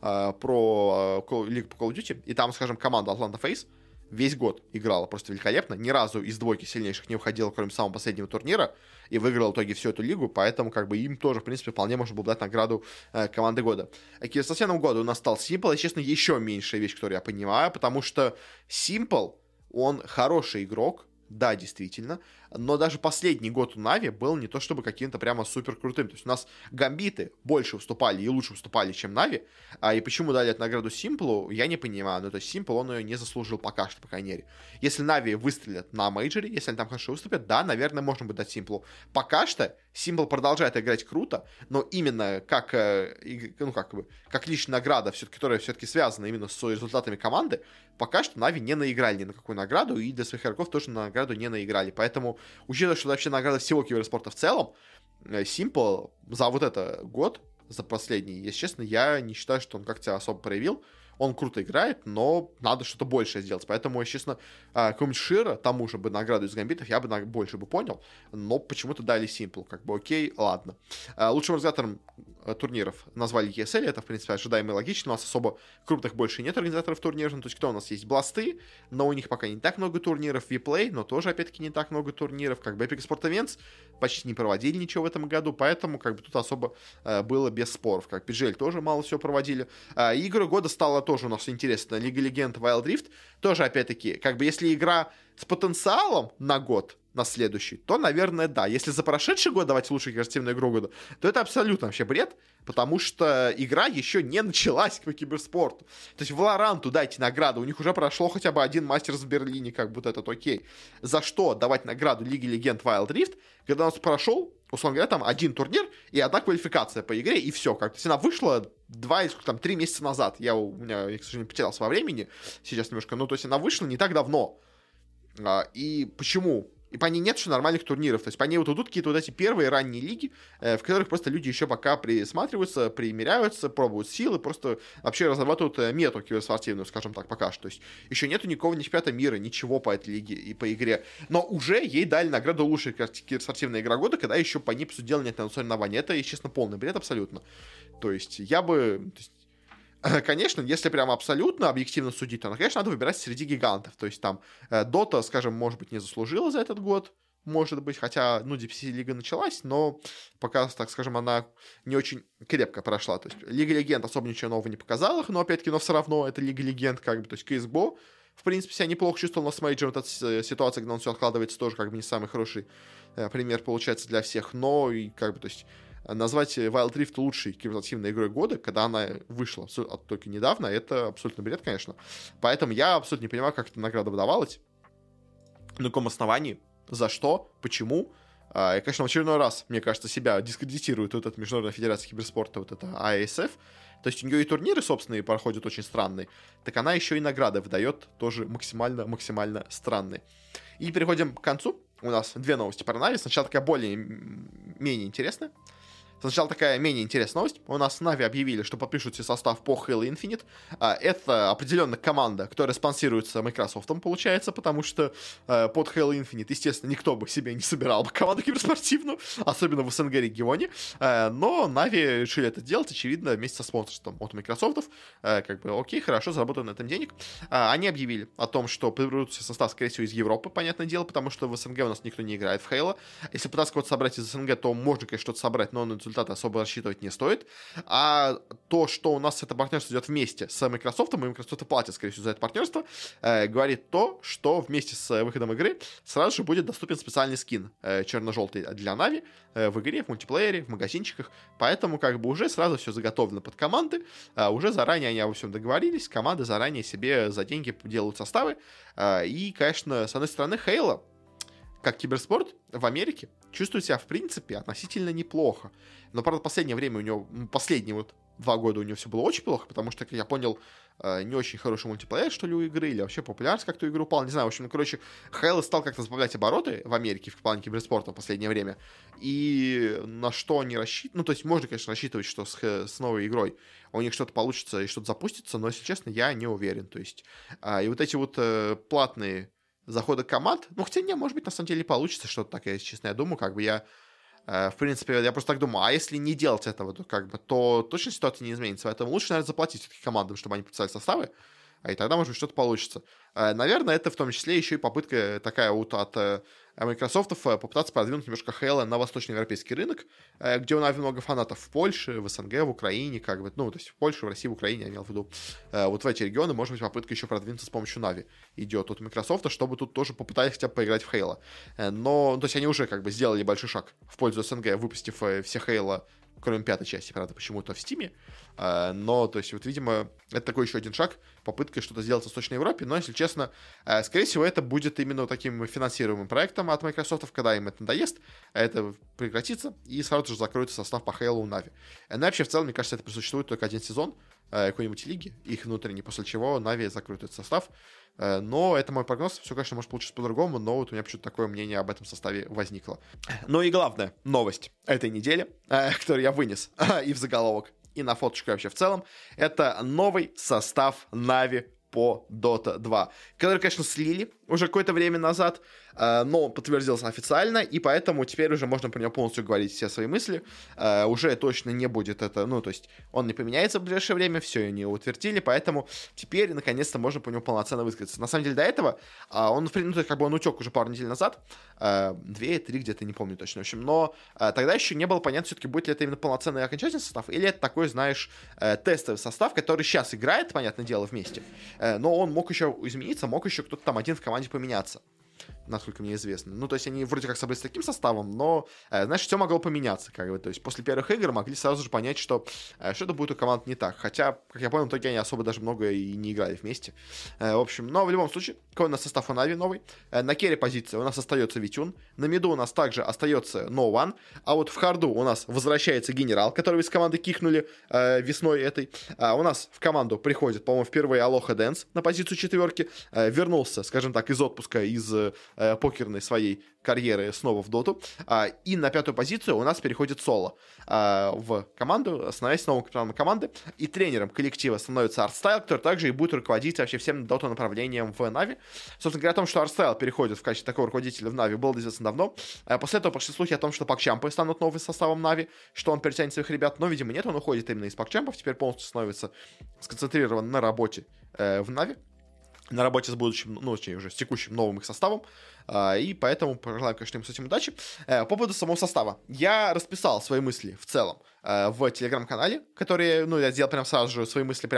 про лигу по Call of Duty, и там, скажем, команда Atlanta Face весь год играла просто великолепно, ни разу из двойки сильнейших не уходила, кроме самого последнего турнира, и выиграла в итоге всю эту лигу, поэтому как бы им тоже, в принципе, вполне можно было дать награду команды года. А к современному году у нас стал Simple, и, честно, еще меньшая вещь, которую я понимаю, потому что Simple, он хороший игрок, да, действительно, но даже последний год у Нави был не то чтобы каким-то прямо супер крутым. То есть у нас Гамбиты больше выступали и лучше выступали, чем Нави, и почему дали эту награду Симплу, я не понимаю. Ну, то есть Симпл, он ее не заслужил пока что, по крайней мере. Если Нави выстрелят на мейджоре, если они там хорошо выступят, да, наверное, можно будет дать Симплу. Пока что Симпл продолжает играть круто, но именно как, ну, как бы, как личная награда, которая все-таки связана именно с результатами команды, пока что Нави не наиграли ни на какую награду, и для своих игроков тоже на награду не наиграли. Поэтому, учитывая, что это вообще награда всего киберспорта в целом, Simple за вот это год, за последний, если честно, я не считаю, что он как-то особо проявил. Он круто играет, но надо что-то большее сделать. Поэтому, если честно, какому-нибудь Шира, тому же бы награду из Гамбитов, я бы больше бы понял. Но почему-то дали Simple. Как бы окей, ладно. Лучшим организатором турниров назвали ESL. Это, в принципе, ожидаемо и логично. У нас особо крупных больше нет организаторов турниров. Ну, то есть, кто у нас есть? Бласты, но у них пока не так много турниров. Vplay, но тоже, опять-таки, не так много турниров. Как бы Epic Sport Events почти не проводили ничего в этом году, поэтому, как бы, тут особо было без споров. Как PGL тоже мало всего проводили. Игры года стало тоже у нас интересно. Лига Легенд, Wild Rift. Тоже, опять-таки, как бы, если игра с потенциалом на год, на следующий, то, наверное, да. Если за прошедший год давать лучшую киберспортивную игру года, то это абсолютно вообще бред, потому что игра еще не началась по киберспорту. То есть Valorant'у дайте награду, у них уже прошло хотя бы один мастерс в Берлине, как будто этот окей. За что давать награду Лиге Легенд Wild Rift, когда у нас прошел, условно говоря, там один турнир и одна квалификация по игре, и все. Как-то она вышла 3 месяца назад. Я, к сожалению, потерялся во времени сейчас немножко, ну, то есть она вышла не так давно. И почему? И по ней нет еще нормальных турниров. То есть по ней вот идут какие-то вот эти первые ранние лиги, в которых просто люди еще пока присматриваются, примеряются, пробуют силы, просто вообще разрабатывают мету киберспортивную, скажем так, пока что. То есть еще нету никакого ни чемпионата мира, ничего по этой лиге и по игре. Но уже ей дали награду лучшей киберспортивной игра года, когда еще по ней, по сути дела, нет соревнований. Это, если честно, полный бред абсолютно. То есть я бы... Конечно, если прям абсолютно объективно судить, то, конечно, надо выбирать среди гигантов. То есть там Dota, скажем, может быть, не заслужила за этот год, может быть, хотя, ну, DPC Лига началась, но пока, так скажем, она не очень крепко прошла. То есть Лига Легенд особо ничего нового не показала, но, опять-таки, но все равно это Лига Легенд, как бы, то есть CSGO, в принципе, себя неплохо чувствовал, но с мейджором эта ситуация, когда он все откладывается, тоже, как бы, не самый хороший пример получается для всех, но, и, как бы, то есть назвать Wild Rift лучшей киберспортивной игрой года, когда она вышла только недавно, это абсолютно бред, конечно. Поэтому я абсолютно не понимаю, как эта награда выдавалась, на каком основании, за что, почему. И, конечно, в очередной раз, мне кажется, себя дискредитирует вот эта Международная Федерация Киберспорта, вот эта ISF. То есть у нее и турниры собственные проходят очень странные, так она еще и награды выдает тоже максимально странные. И переходим к концу. У нас 2 новости про Нави. Сначала такая более-менее интересная. Сначала такая менее интересная новость. У нас Na'Vi объявили, что подпишут себе состав по Halo Infinite. Это определенно команда, которая спонсируется Microsoft, получается, потому что под Halo Infinite, естественно, никто бы себе не собирал бы команду киберспортивную, особенно в СНГ регионе. Но Na'Vi решили это делать, очевидно, вместе со спонсорством от Microsoft. Как бы, окей, хорошо, заработают на этом денег. Они объявили о том, что подберут себе состав, скорее всего, из Европы, понятное дело, потому что в СНГ у нас никто не играет в Halo. Если пытаться кого-то собрать из СНГ, то можно, конечно, что-то собрать, но на результаты особо рассчитывать не стоит. А то, что у нас это партнерство идет вместе с Microsoft, и Microsoft платит, скорее всего, за это партнерство, говорит то, что вместе с выходом игры сразу же будет доступен специальный скин черно-желтый для Na'Vi в игре, в мультиплеере, в магазинчиках. Поэтому как бы уже сразу все заготовлено под команды. Уже заранее они обо всем договорились. Команды заранее себе за деньги делают составы. И, конечно, с одной стороны, Halo, как киберспорт в Америке, чувствует себя, в принципе, относительно неплохо. Но, правда, последнее время у него, последние вот 2 года у него все было очень плохо, потому что, как я понял, не очень хороший мультиплеер, что ли, у игры, или вообще популярность как-то у игры упала, не знаю, в общем, Halo стал как-то сбавлять обороты в Америке в плане киберспорта в последнее время, и на что они рассчитывают, ну, то есть можно, конечно, рассчитывать, что с новой игрой у них что-то получится и что-то запустится, но, если честно, я не уверен, то есть, и вот эти вот платные заходы команд, ну, хотя не, может быть, на самом деле получится что-то такое, если честно, я думаю, как бы в принципе, я просто так думаю, а если не делать этого, то как бы, то точно ситуация не изменится. Поэтому лучше, наверное, заплатить все-таки командам, чтобы они подписали составы, и тогда, может быть, что-то получится. Наверное, это в том числе еще и попытка такая вот от Microsoft попытаться продвинуть немножко Halo на восточноевропейский рынок, где у Na'Vi много фанатов в Польше, в СНГ, в Украине, как бы, ну, то есть в Польше, в России, в Украине, я имел в виду. Вот в эти регионы, может быть, попытка еще продвинуться с помощью Na'Vi идет от Microsoft, чтобы тут тоже попытались хотя бы поиграть в Halo. Но, то есть они уже как бы сделали большой шаг в пользу СНГ, выпустив все Halo, кроме 5-й части, правда, почему-то в Steam. Но, то есть, вот, видимо, это такой еще один шаг, попытка что-то сделать в Восточной Европе, но, если честно, скорее всего, это будет именно таким финансируемым проектом от Microsoft, когда им это надоест, это прекратится, и сразу же закроется состав по Halo у Na'Vi. Но вообще, в целом, мне кажется, это просуществует только один сезон какой-нибудь лиги, их внутренний, после чего Na'Vi закроет этот состав. Но это мой прогноз, все, конечно, может получиться по-другому, но вот у меня почему-то такое мнение об этом составе возникло. Ну и главная новость этой недели, которую я вынес и в заголовок, и на фоточку вообще в целом, это новый состав Na'Vi по Dota 2, который, конечно, слили уже какое-то время назад, но он подтвердился официально, и поэтому теперь уже можно про него полностью говорить все свои мысли. Уже точно не будет это, ну, то есть он не поменяется в ближайшее время, все они утвердили, поэтому теперь, наконец-то, можно по нему полноценно высказаться. На самом деле, до этого он, ну, как бы он утек уже пару недель назад, 2-3 где-то, не помню точно, в общем, но тогда еще не было понятно, все-таки будет ли это именно полноценный окончательный состав, или это такой, знаешь, тестовый состав, который сейчас играет, понятное дело, вместе, но он мог еще измениться, мог еще кто-то там один в команде поменяться, насколько мне известно. Ну, то есть они вроде как собрались с таким составом, но, знаешь, все могло поменяться, как бы. То есть после первых игр могли сразу же понять, что что-то будет у команд не так. Хотя, как я понял, в итоге они особо даже много и не играли вместе. В общем, но в любом случае, какой у нас состав у Na'Vi новый? На керри позиции у нас остается Витюн, на миду у нас также остается No One, а вот в харду у нас возвращается Генерал, которого из команды кикнули весной этой. У нас в команду приходит, по-моему, впервые Алоха Дэнс на позицию 4, вернулся, скажем так, из отпуска, из покерной своей карьеры снова в доту. И на 5-ю позицию у нас переходит Соло в команду, становясь новым капитаном команды. И тренером коллектива становится Артстайл, который также и будет руководить вообще всем доту направлением в Na'Vi. Собственно говоря, о том, что Артстайл переходит в качестве такого руководителя в Na'Vi, было известно давно. После этого пошли слухи о том, что Пакчампы станут новым составом Na'Vi, что он перетянет своих ребят, но, видимо, нет, он уходит именно из Пакчампов, теперь полностью становится сконцентрирован на работе в Na'Vi, на работе с будущим, ну, точнее, уже с текущим новым их составом, и поэтому пожелаем, конечно, им с этим удачи. По поводу самого состава. Я расписал свои мысли в целом в телеграм-канале, который, ну, я сделал прям сразу же свои мысли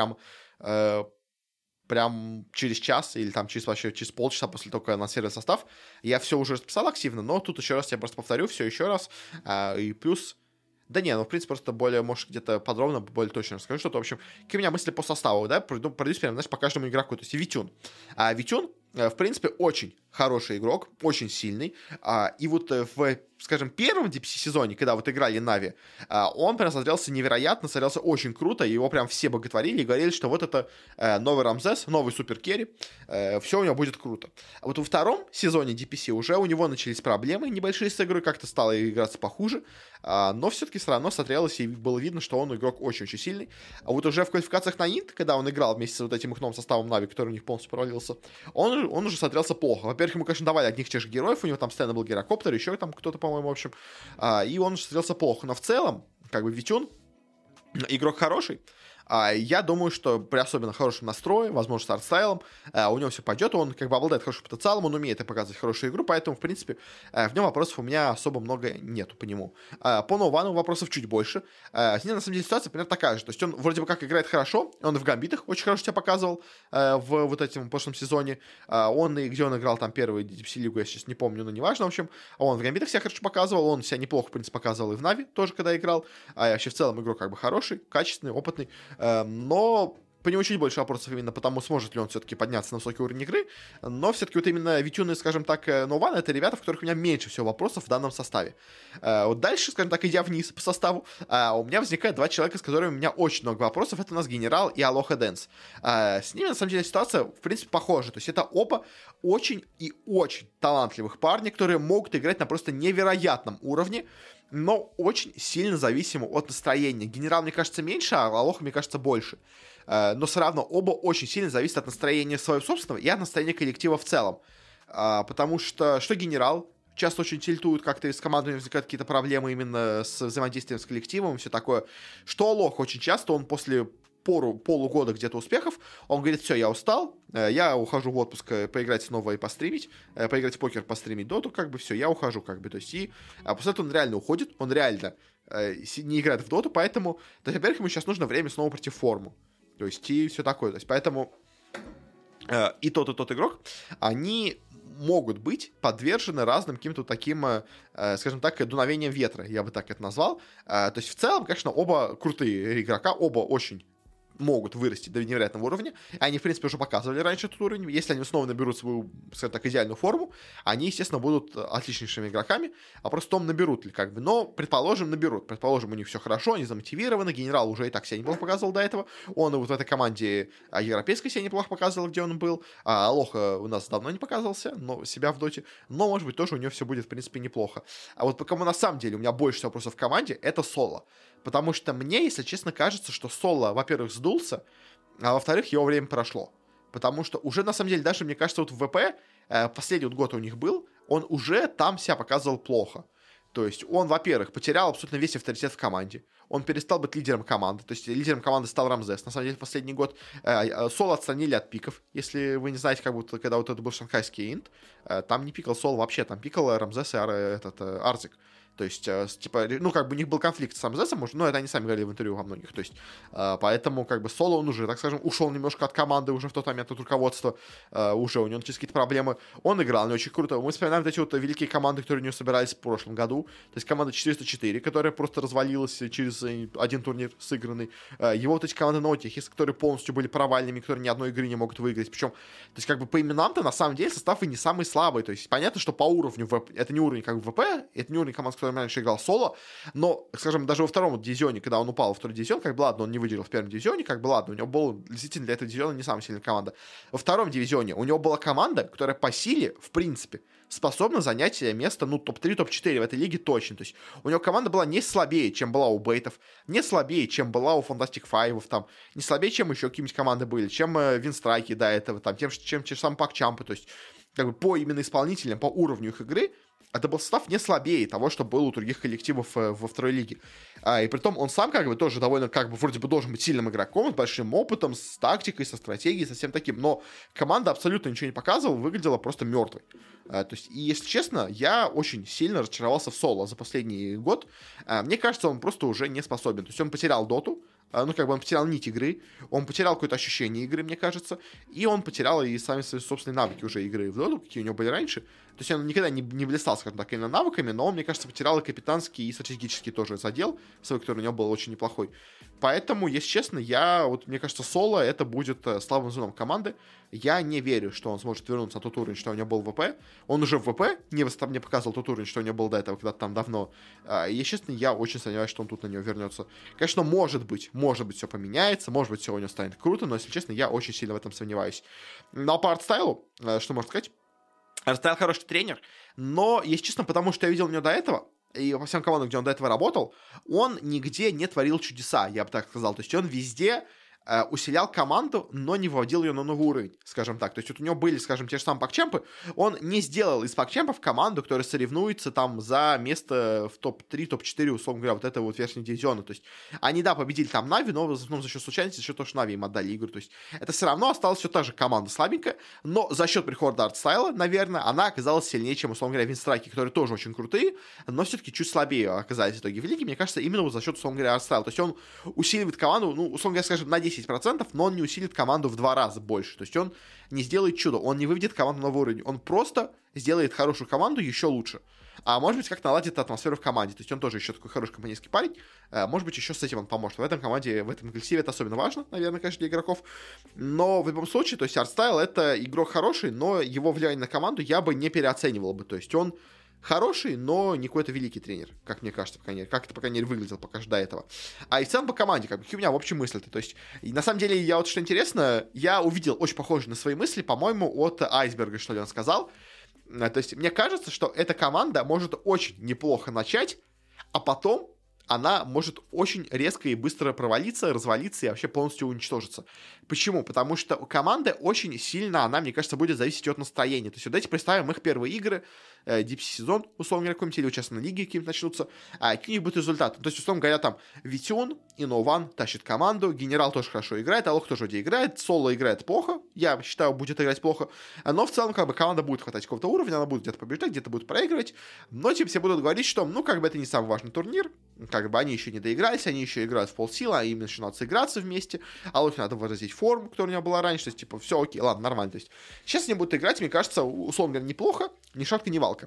прям через час или там через полчаса после того, как я анонсировал состав. Я все уже расписал активно, но тут еще раз я просто повторю все еще раз, и плюс... Да не, ну, в принципе, просто более, может, где-то подробно, более точно расскажу что-то. В общем, какие у меня мысли по составу, да, пройдусь прямо, знаешь, по каждому игроку. То есть Витюн. Витюн, в принципе, очень хороший игрок, очень сильный. И вот в, скажем, первом DPC-сезоне, когда вот играли Нави, он прям смотрелся невероятно, смотрелся очень круто, и его прям все боготворили и говорили, что вот это новый Рамзес, новый супер керри, все у него будет круто. А вот во втором сезоне DPC уже у него начались проблемы небольшие с игрой, как-то стало играться похуже, но все-таки все равно смотрелось, и было видно, что он игрок очень-очень сильный. А вот уже в квалификациях на Инт, когда он играл вместе с вот этим их новым составом Нави, который у них полностью провалился, он уже смотрелся плохо. Во-первых, ему, конечно, давали одних и тех же героев, у него там постоянно был гирокоптер, еще там кто-то, по-моему, в общем, и он уже смотрелся плохо. Но в целом, как бы Витюн, игрок хороший. Я думаю, что при особенно хорошем настрое, возможно, с артстайлом, у него все пойдет, он как бы обладает хорошим потенциалом, он умеет показывать хорошую игру, поэтому, в принципе, в нем вопросов у меня особо много нету по нему. По Новану вопросов чуть больше. С ним, на самом деле, ситуация примерно такая же. То есть он вроде бы как играет хорошо, он в гамбитах очень хорошо себя показывал в вот этом прошлом сезоне. Он и где он играл там первую DPC-лигу, я сейчас не помню, но неважно, в общем. Он в гамбитах себя хорошо показывал, он себя неплохо, в принципе, показывал и в Нави тоже, когда играл. Вообще в целом игрок как бы хороший, качественный, опытный. Но по нему чуть больше вопросов именно потому, сможет ли он все-таки подняться на высокий уровень игры. Но все-таки вот именно Витюны, скажем так, Нован, это ребята, в которых у меня меньше всего вопросов в данном составе. Вот дальше, скажем так, идя вниз по составу, у меня возникает два человека, с которыми у меня очень много вопросов. Это у нас Генерал и Алоха Дэнс. С ними, на самом деле, ситуация, в принципе, похожа. То есть это оба очень и очень талантливых парня, которые могут играть на просто невероятном уровне, но очень сильно зависимо от настроения. Генерал, мне кажется, меньше, а Алоха, мне кажется, больше. Но все равно оба очень сильно зависят от настроения своего собственного и от настроения коллектива в целом. Потому что Генерал часто очень тильтует, как-то из команды возникают какие-то проблемы именно с взаимодействием с коллективом и все такое. Что Алох очень часто, он после полугода где-то успехов, он говорит: все, я устал, я ухожу в отпуск поиграть снова и постримить, поиграть в покер, постримить доту, как бы все, я ухожу, как бы, то есть, и после этого он реально уходит, он реально не играет в доту, поэтому, то есть, во-первых, ему сейчас нужно время снова прийти в форму, то есть, и все такое, то есть, поэтому и тот игрок, они могут быть подвержены разным каким-то таким, скажем так, дуновениям ветра, я бы так это назвал. То есть, в целом, конечно, оба крутые игрока, оба очень могут вырасти до невероятного уровня. Они, в принципе, уже показывали раньше этот уровень. Если они снова наберут свою, скажем так, идеальную форму, они, естественно, будут отличнейшими игроками. Вопрос в том, наберут ли, как бы. Но, предположим, наберут. Предположим, у них все хорошо, они замотивированы. Генерал уже и так себя неплохо показывал до этого. Он и вот в этой команде европейской себя неплохо показывал, где он был. Алоха у нас давно не показывался, но себя в доте. Но, может быть, тоже у него все будет, в принципе, неплохо. А вот по кому на самом деле у меня больше всего вопросов в команде, это Соло. Потому что мне, если честно, кажется, что Соло, во-первых, сдулся, а во-вторых, его время прошло. Потому что уже, на самом деле, даже, мне кажется, вот в ВП, последний вот год у них был, он уже там себя показывал плохо. То есть он, во-первых, потерял абсолютно весь авторитет в команде. Он перестал быть лидером команды. То есть лидером команды стал Рамзес. На самом деле, в последний год Соло отстранили от пиков. Если вы не знаете, как будто, когда вот это был шанхайский инт, там не пикал Соло вообще, там пикал Рамзес и Арзик. То есть, типа, ну, как бы у них был конфликт с Рамзесом, но это они сами говорили в интервью во многих. То есть, поэтому, как бы, Соло, он уже, так скажем, ушел немножко от команды уже в тот момент от руководства. Уже у него начались какие-то проблемы. Он играл не очень круто. Мы вспоминаем вот эти вот великие команды, которые у него собирались в прошлом году. То есть, команда 404, которая просто развалилась через один турнир сыгранный. Его вот эти команды Наутихис, которые полностью были провальными, которые ни одной игры не могут выиграть. Причем, то есть, как бы, по именам-то, на самом деле, состав и не самый слабый. То есть, понятно, что по уровню это не уровень, как бы, ВП, это не уровень команд, которым раньше играл Соло, но, скажем, даже во втором дивизионе, когда он упал во второй дивизион, как бы ладно, он не выиграл в первом дивизионе, как бы ладно, у него была действительно для этого дивизиона не самая сильная команда. Во втором дивизионе у него была команда, которая по силе, в принципе, способна занять место, ну, топ-3, топ-4 в этой лиге точно. То есть у него команда была не слабее, чем была у Бейтов, не слабее, чем была у Fantastic Five'ов, там, не слабее, чем еще какие-нибудь команды были, чем Винстрайки до этого, там, чем те же самые Пакчампы. То есть, как бы по именно исполнителям, по уровню их игры, это был состав не слабее того, что было у других коллективов во второй лиге. И притом он сам как бы тоже довольно, как бы, вроде бы должен быть сильным игроком, с большим опытом, с тактикой, со стратегией, со всем таким. Но команда абсолютно ничего не показывала, выглядела просто мертвой. То есть, и если честно, я очень сильно разочаровался в Соло за последний год. Мне кажется, он просто уже не способен. То есть он потерял доту, ну, как бы он потерял нить игры, он потерял какое-то ощущение игры, мне кажется, и он потерял и сами свои собственные навыки уже игры в доту, какие у него были раньше. То есть он никогда не блистал, скажем так, именно навыками, но он, мне кажется, потерял и капитанский, и стратегический тоже задел свой, который у него был очень неплохой. Поэтому, если честно, мне кажется, Соло это будет слабым звеном команды. Я не верю, что он сможет вернуться на тот уровень, что у него был в ВП. Он уже в ВП не показывал тот уровень, что у него был до этого, когда-то там давно. И, если честно, я очень сомневаюсь, что он тут на него вернется. Конечно, может быть, все поменяется, может быть, все у него станет круто, но, если честно, я очень сильно в этом сомневаюсь. Но по артстайлу, что можно сказать? Артстайл хороший тренер, но, если честно, потому что я видел у него до этого, и по всем командам, где он до этого работал, он нигде не творил чудеса, я бы так сказал. То есть он везде усилял команду, но не выводил ее на новый уровень, скажем так. То есть вот у него были, скажем, те же самые пакчемпы, он не сделал из пакчемпов команду, которая соревнуется там за место в топ-3, топ-4, условно говоря, вот этого вот верхнего дивизиона. То есть они, да, победили там Нави, но в основном за счет случайности, за счет того, что Нави им отдали игру. То есть это все равно осталась все та же команда слабенькая, но за счет прихода артстайла, наверное, она оказалась сильнее, чем, условно говоря, Винстрайки, которые тоже очень крутые, но все-таки чуть слабее оказались в итоге в лиге. Мне кажется, именно вот за счет, условно говоря, артстайла. То есть он усиливает команду, ну, условно говоря, скажем, на 10%, но он не усилит команду в 2 раза больше. То есть он не сделает чудо, он не выведет команду на новый уровень. Он просто сделает хорошую команду еще лучше. А может быть, как наладит атмосферу в команде. То есть он тоже еще такой хороший компанейский парень. Может быть, еще с этим он поможет. В этом команде, в этом коллективе это особенно важно, наверное, конечно, для игроков. Но в любом случае, то есть артстайл это игрок хороший, но его влияние на команду я бы не переоценивал бы. То есть он хороший, но не какой-то великий тренер, как мне кажется, по крайней мере. Как это, по крайней мере, выглядело пока что до этого. А и в целом по команде, какие у меня в общем мысли-то. То есть, и на самом деле, я вот что интересно, я увидел очень похожие на свои мысли, по-моему, от Айсберга, что ли, он сказал. То есть, мне кажется, что эта команда может очень неплохо начать, а потом она может очень резко и быстро провалиться, развалиться и вообще полностью уничтожиться. Почему? Потому что у команды очень сильно, она, мне кажется, будет зависеть от настроения. То есть, вот давайте представим их первые игры, DPC-сезон, условно говоря, какой-нибудь, или участие на лиге какие-нибудь начнутся, какие будут результаты. То есть, условно говоря, там Витюн и Ноуван тащит команду, Генерал тоже хорошо играет, Алох тоже вроде играет, Соло играет плохо, я считаю, будет играть плохо, но в целом, как бы, команда будет хватать какого-то уровня, она будет где-то побеждать, где-то будет проигрывать, но типа все будут говорить, что, ну, как бы, это не самый важный турнир, как бы, они еще не доигрались, они еще играют в полсилы, а им начинают сыграться вместе, Алохе надо выразить форму, которая у него была раньше, то есть, типа, все окей, ладно, нормально, то есть, сейчас они будут играть, мне кажется, условно говоря, неплохо, ни шатка, ни валка.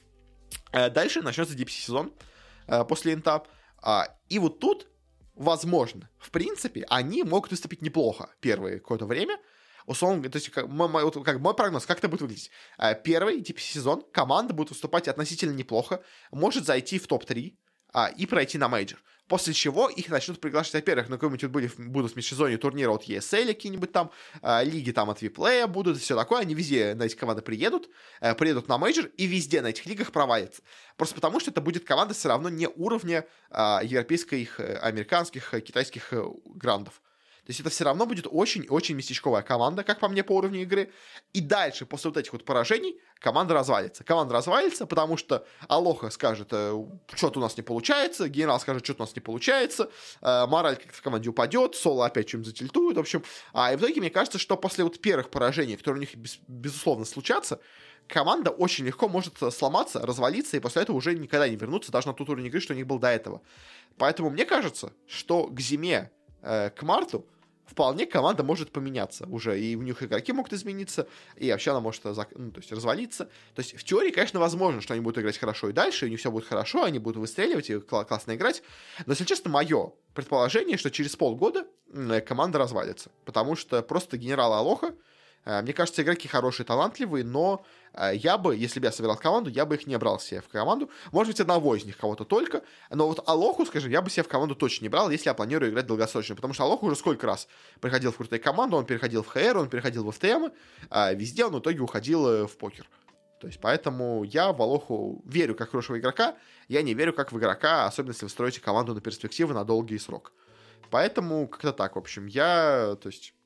Дальше начнется DPC-сезон после инта. И вот тут, возможно, в принципе, они могут выступить неплохо первое какое-то время. Условно, то есть, как мой прогноз, как это будет выглядеть? Первый DPC-сезон команда будет выступать относительно неплохо, может зайти в топ-3 и пройти на мейджор. После чего их начнут приглашать, во-первых, на какой-нибудь будут в межсезонье турнира от ESL какие-нибудь там, лиги там от Vplay будут, и все такое, они везде на эти команды приедут на мейджор, и везде на этих лигах провалятся. Просто потому, что это будет команда все равно не уровня европейских, американских, китайских грандов. То есть это все равно будет очень-очень местечковая команда, как по мне, по уровню игры. И дальше, после вот этих вот поражений, команда развалится. Команда развалится, потому что Алоха скажет, что-то у нас не получается, Генерал скажет, что-то у нас не получается, мораль как-то в команде упадет, Соло опять чем-то затильтует, в общем. И в итоге, мне кажется, что после вот первых поражений, которые у них, безусловно, случатся, команда очень легко может сломаться, развалиться, и после этого уже никогда не вернуться даже на тот уровень игры, что у них был до этого. Поэтому мне кажется, что к зиме, к марту, вполне команда может поменяться уже, и у них игроки могут измениться, и вообще она может то есть развалиться. То есть в теории, конечно, возможно, что они будут играть хорошо и дальше, и у них все будет хорошо, они будут выстреливать и классно играть. Но, если честно, мое предположение, что через полгода команда развалится, потому что просто генерал Алоха, мне кажется, игроки хорошие, талантливые, но я бы, если бы я собирал команду, я бы их не брал себе в команду. Может быть, одного из них кого-то только. Но вот Алоху, скажем, я бы себе в команду точно не брал, если я планирую играть долгосрочно. Потому что Алоху уже сколько раз приходил в крутые команды, он переходил в ХР, он переходил в ФТМ, везде он в итоге уходил в покер. То есть, поэтому я в Алоху верю как хорошего игрока, я не верю как в игрока, особенно если вы строите команду на перспективу на долгий срок. Поэтому как-то так, в общем, я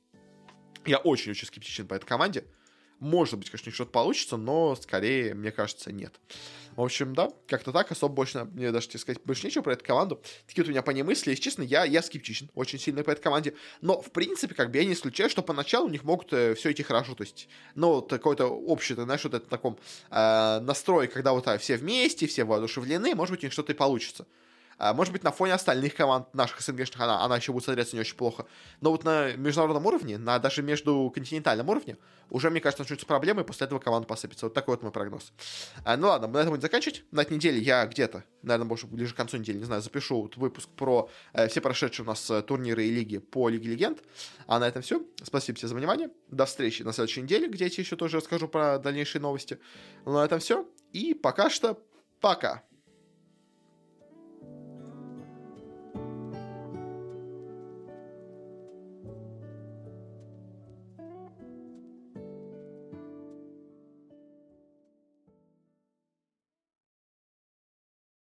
очень-очень скептичен по этой команде. Может быть, конечно, что-то получится, но скорее, мне кажется, нет. В общем, да, как-то так, особо больше, мне даже, тебе сказать, больше нечего про эту команду. Такие вот у меня по ней мысли, если честно, я скептичен очень сильно по этой команде. Но, в принципе, как бы я не исключаю, что поначалу у них могут все идти хорошо. То есть, ну, какое-то общее, ты знаешь, вот это таком настрой, когда вот все вместе, все воодушевлены, может быть, у них что-то и получится. Может быть, на фоне остальных команд наших СНГшных она еще будет смотреться не очень плохо. Но вот на международном уровне, даже между континентальном уровне, уже, мне кажется, начнутся проблемы, и после этого команда посыпется. Вот такой вот мой прогноз. Ну ладно, мы на этом будем заканчивать. На этой неделе я где-то, наверное, может, ближе к концу недели, не знаю, запишу вот выпуск про все прошедшие у нас турниры и лиги по Лиге Легенд. А на этом все. Спасибо всем за внимание. До встречи на следующей неделе, где я тебе еще тоже расскажу про дальнейшие новости. Ну, на этом все. И пока что пока.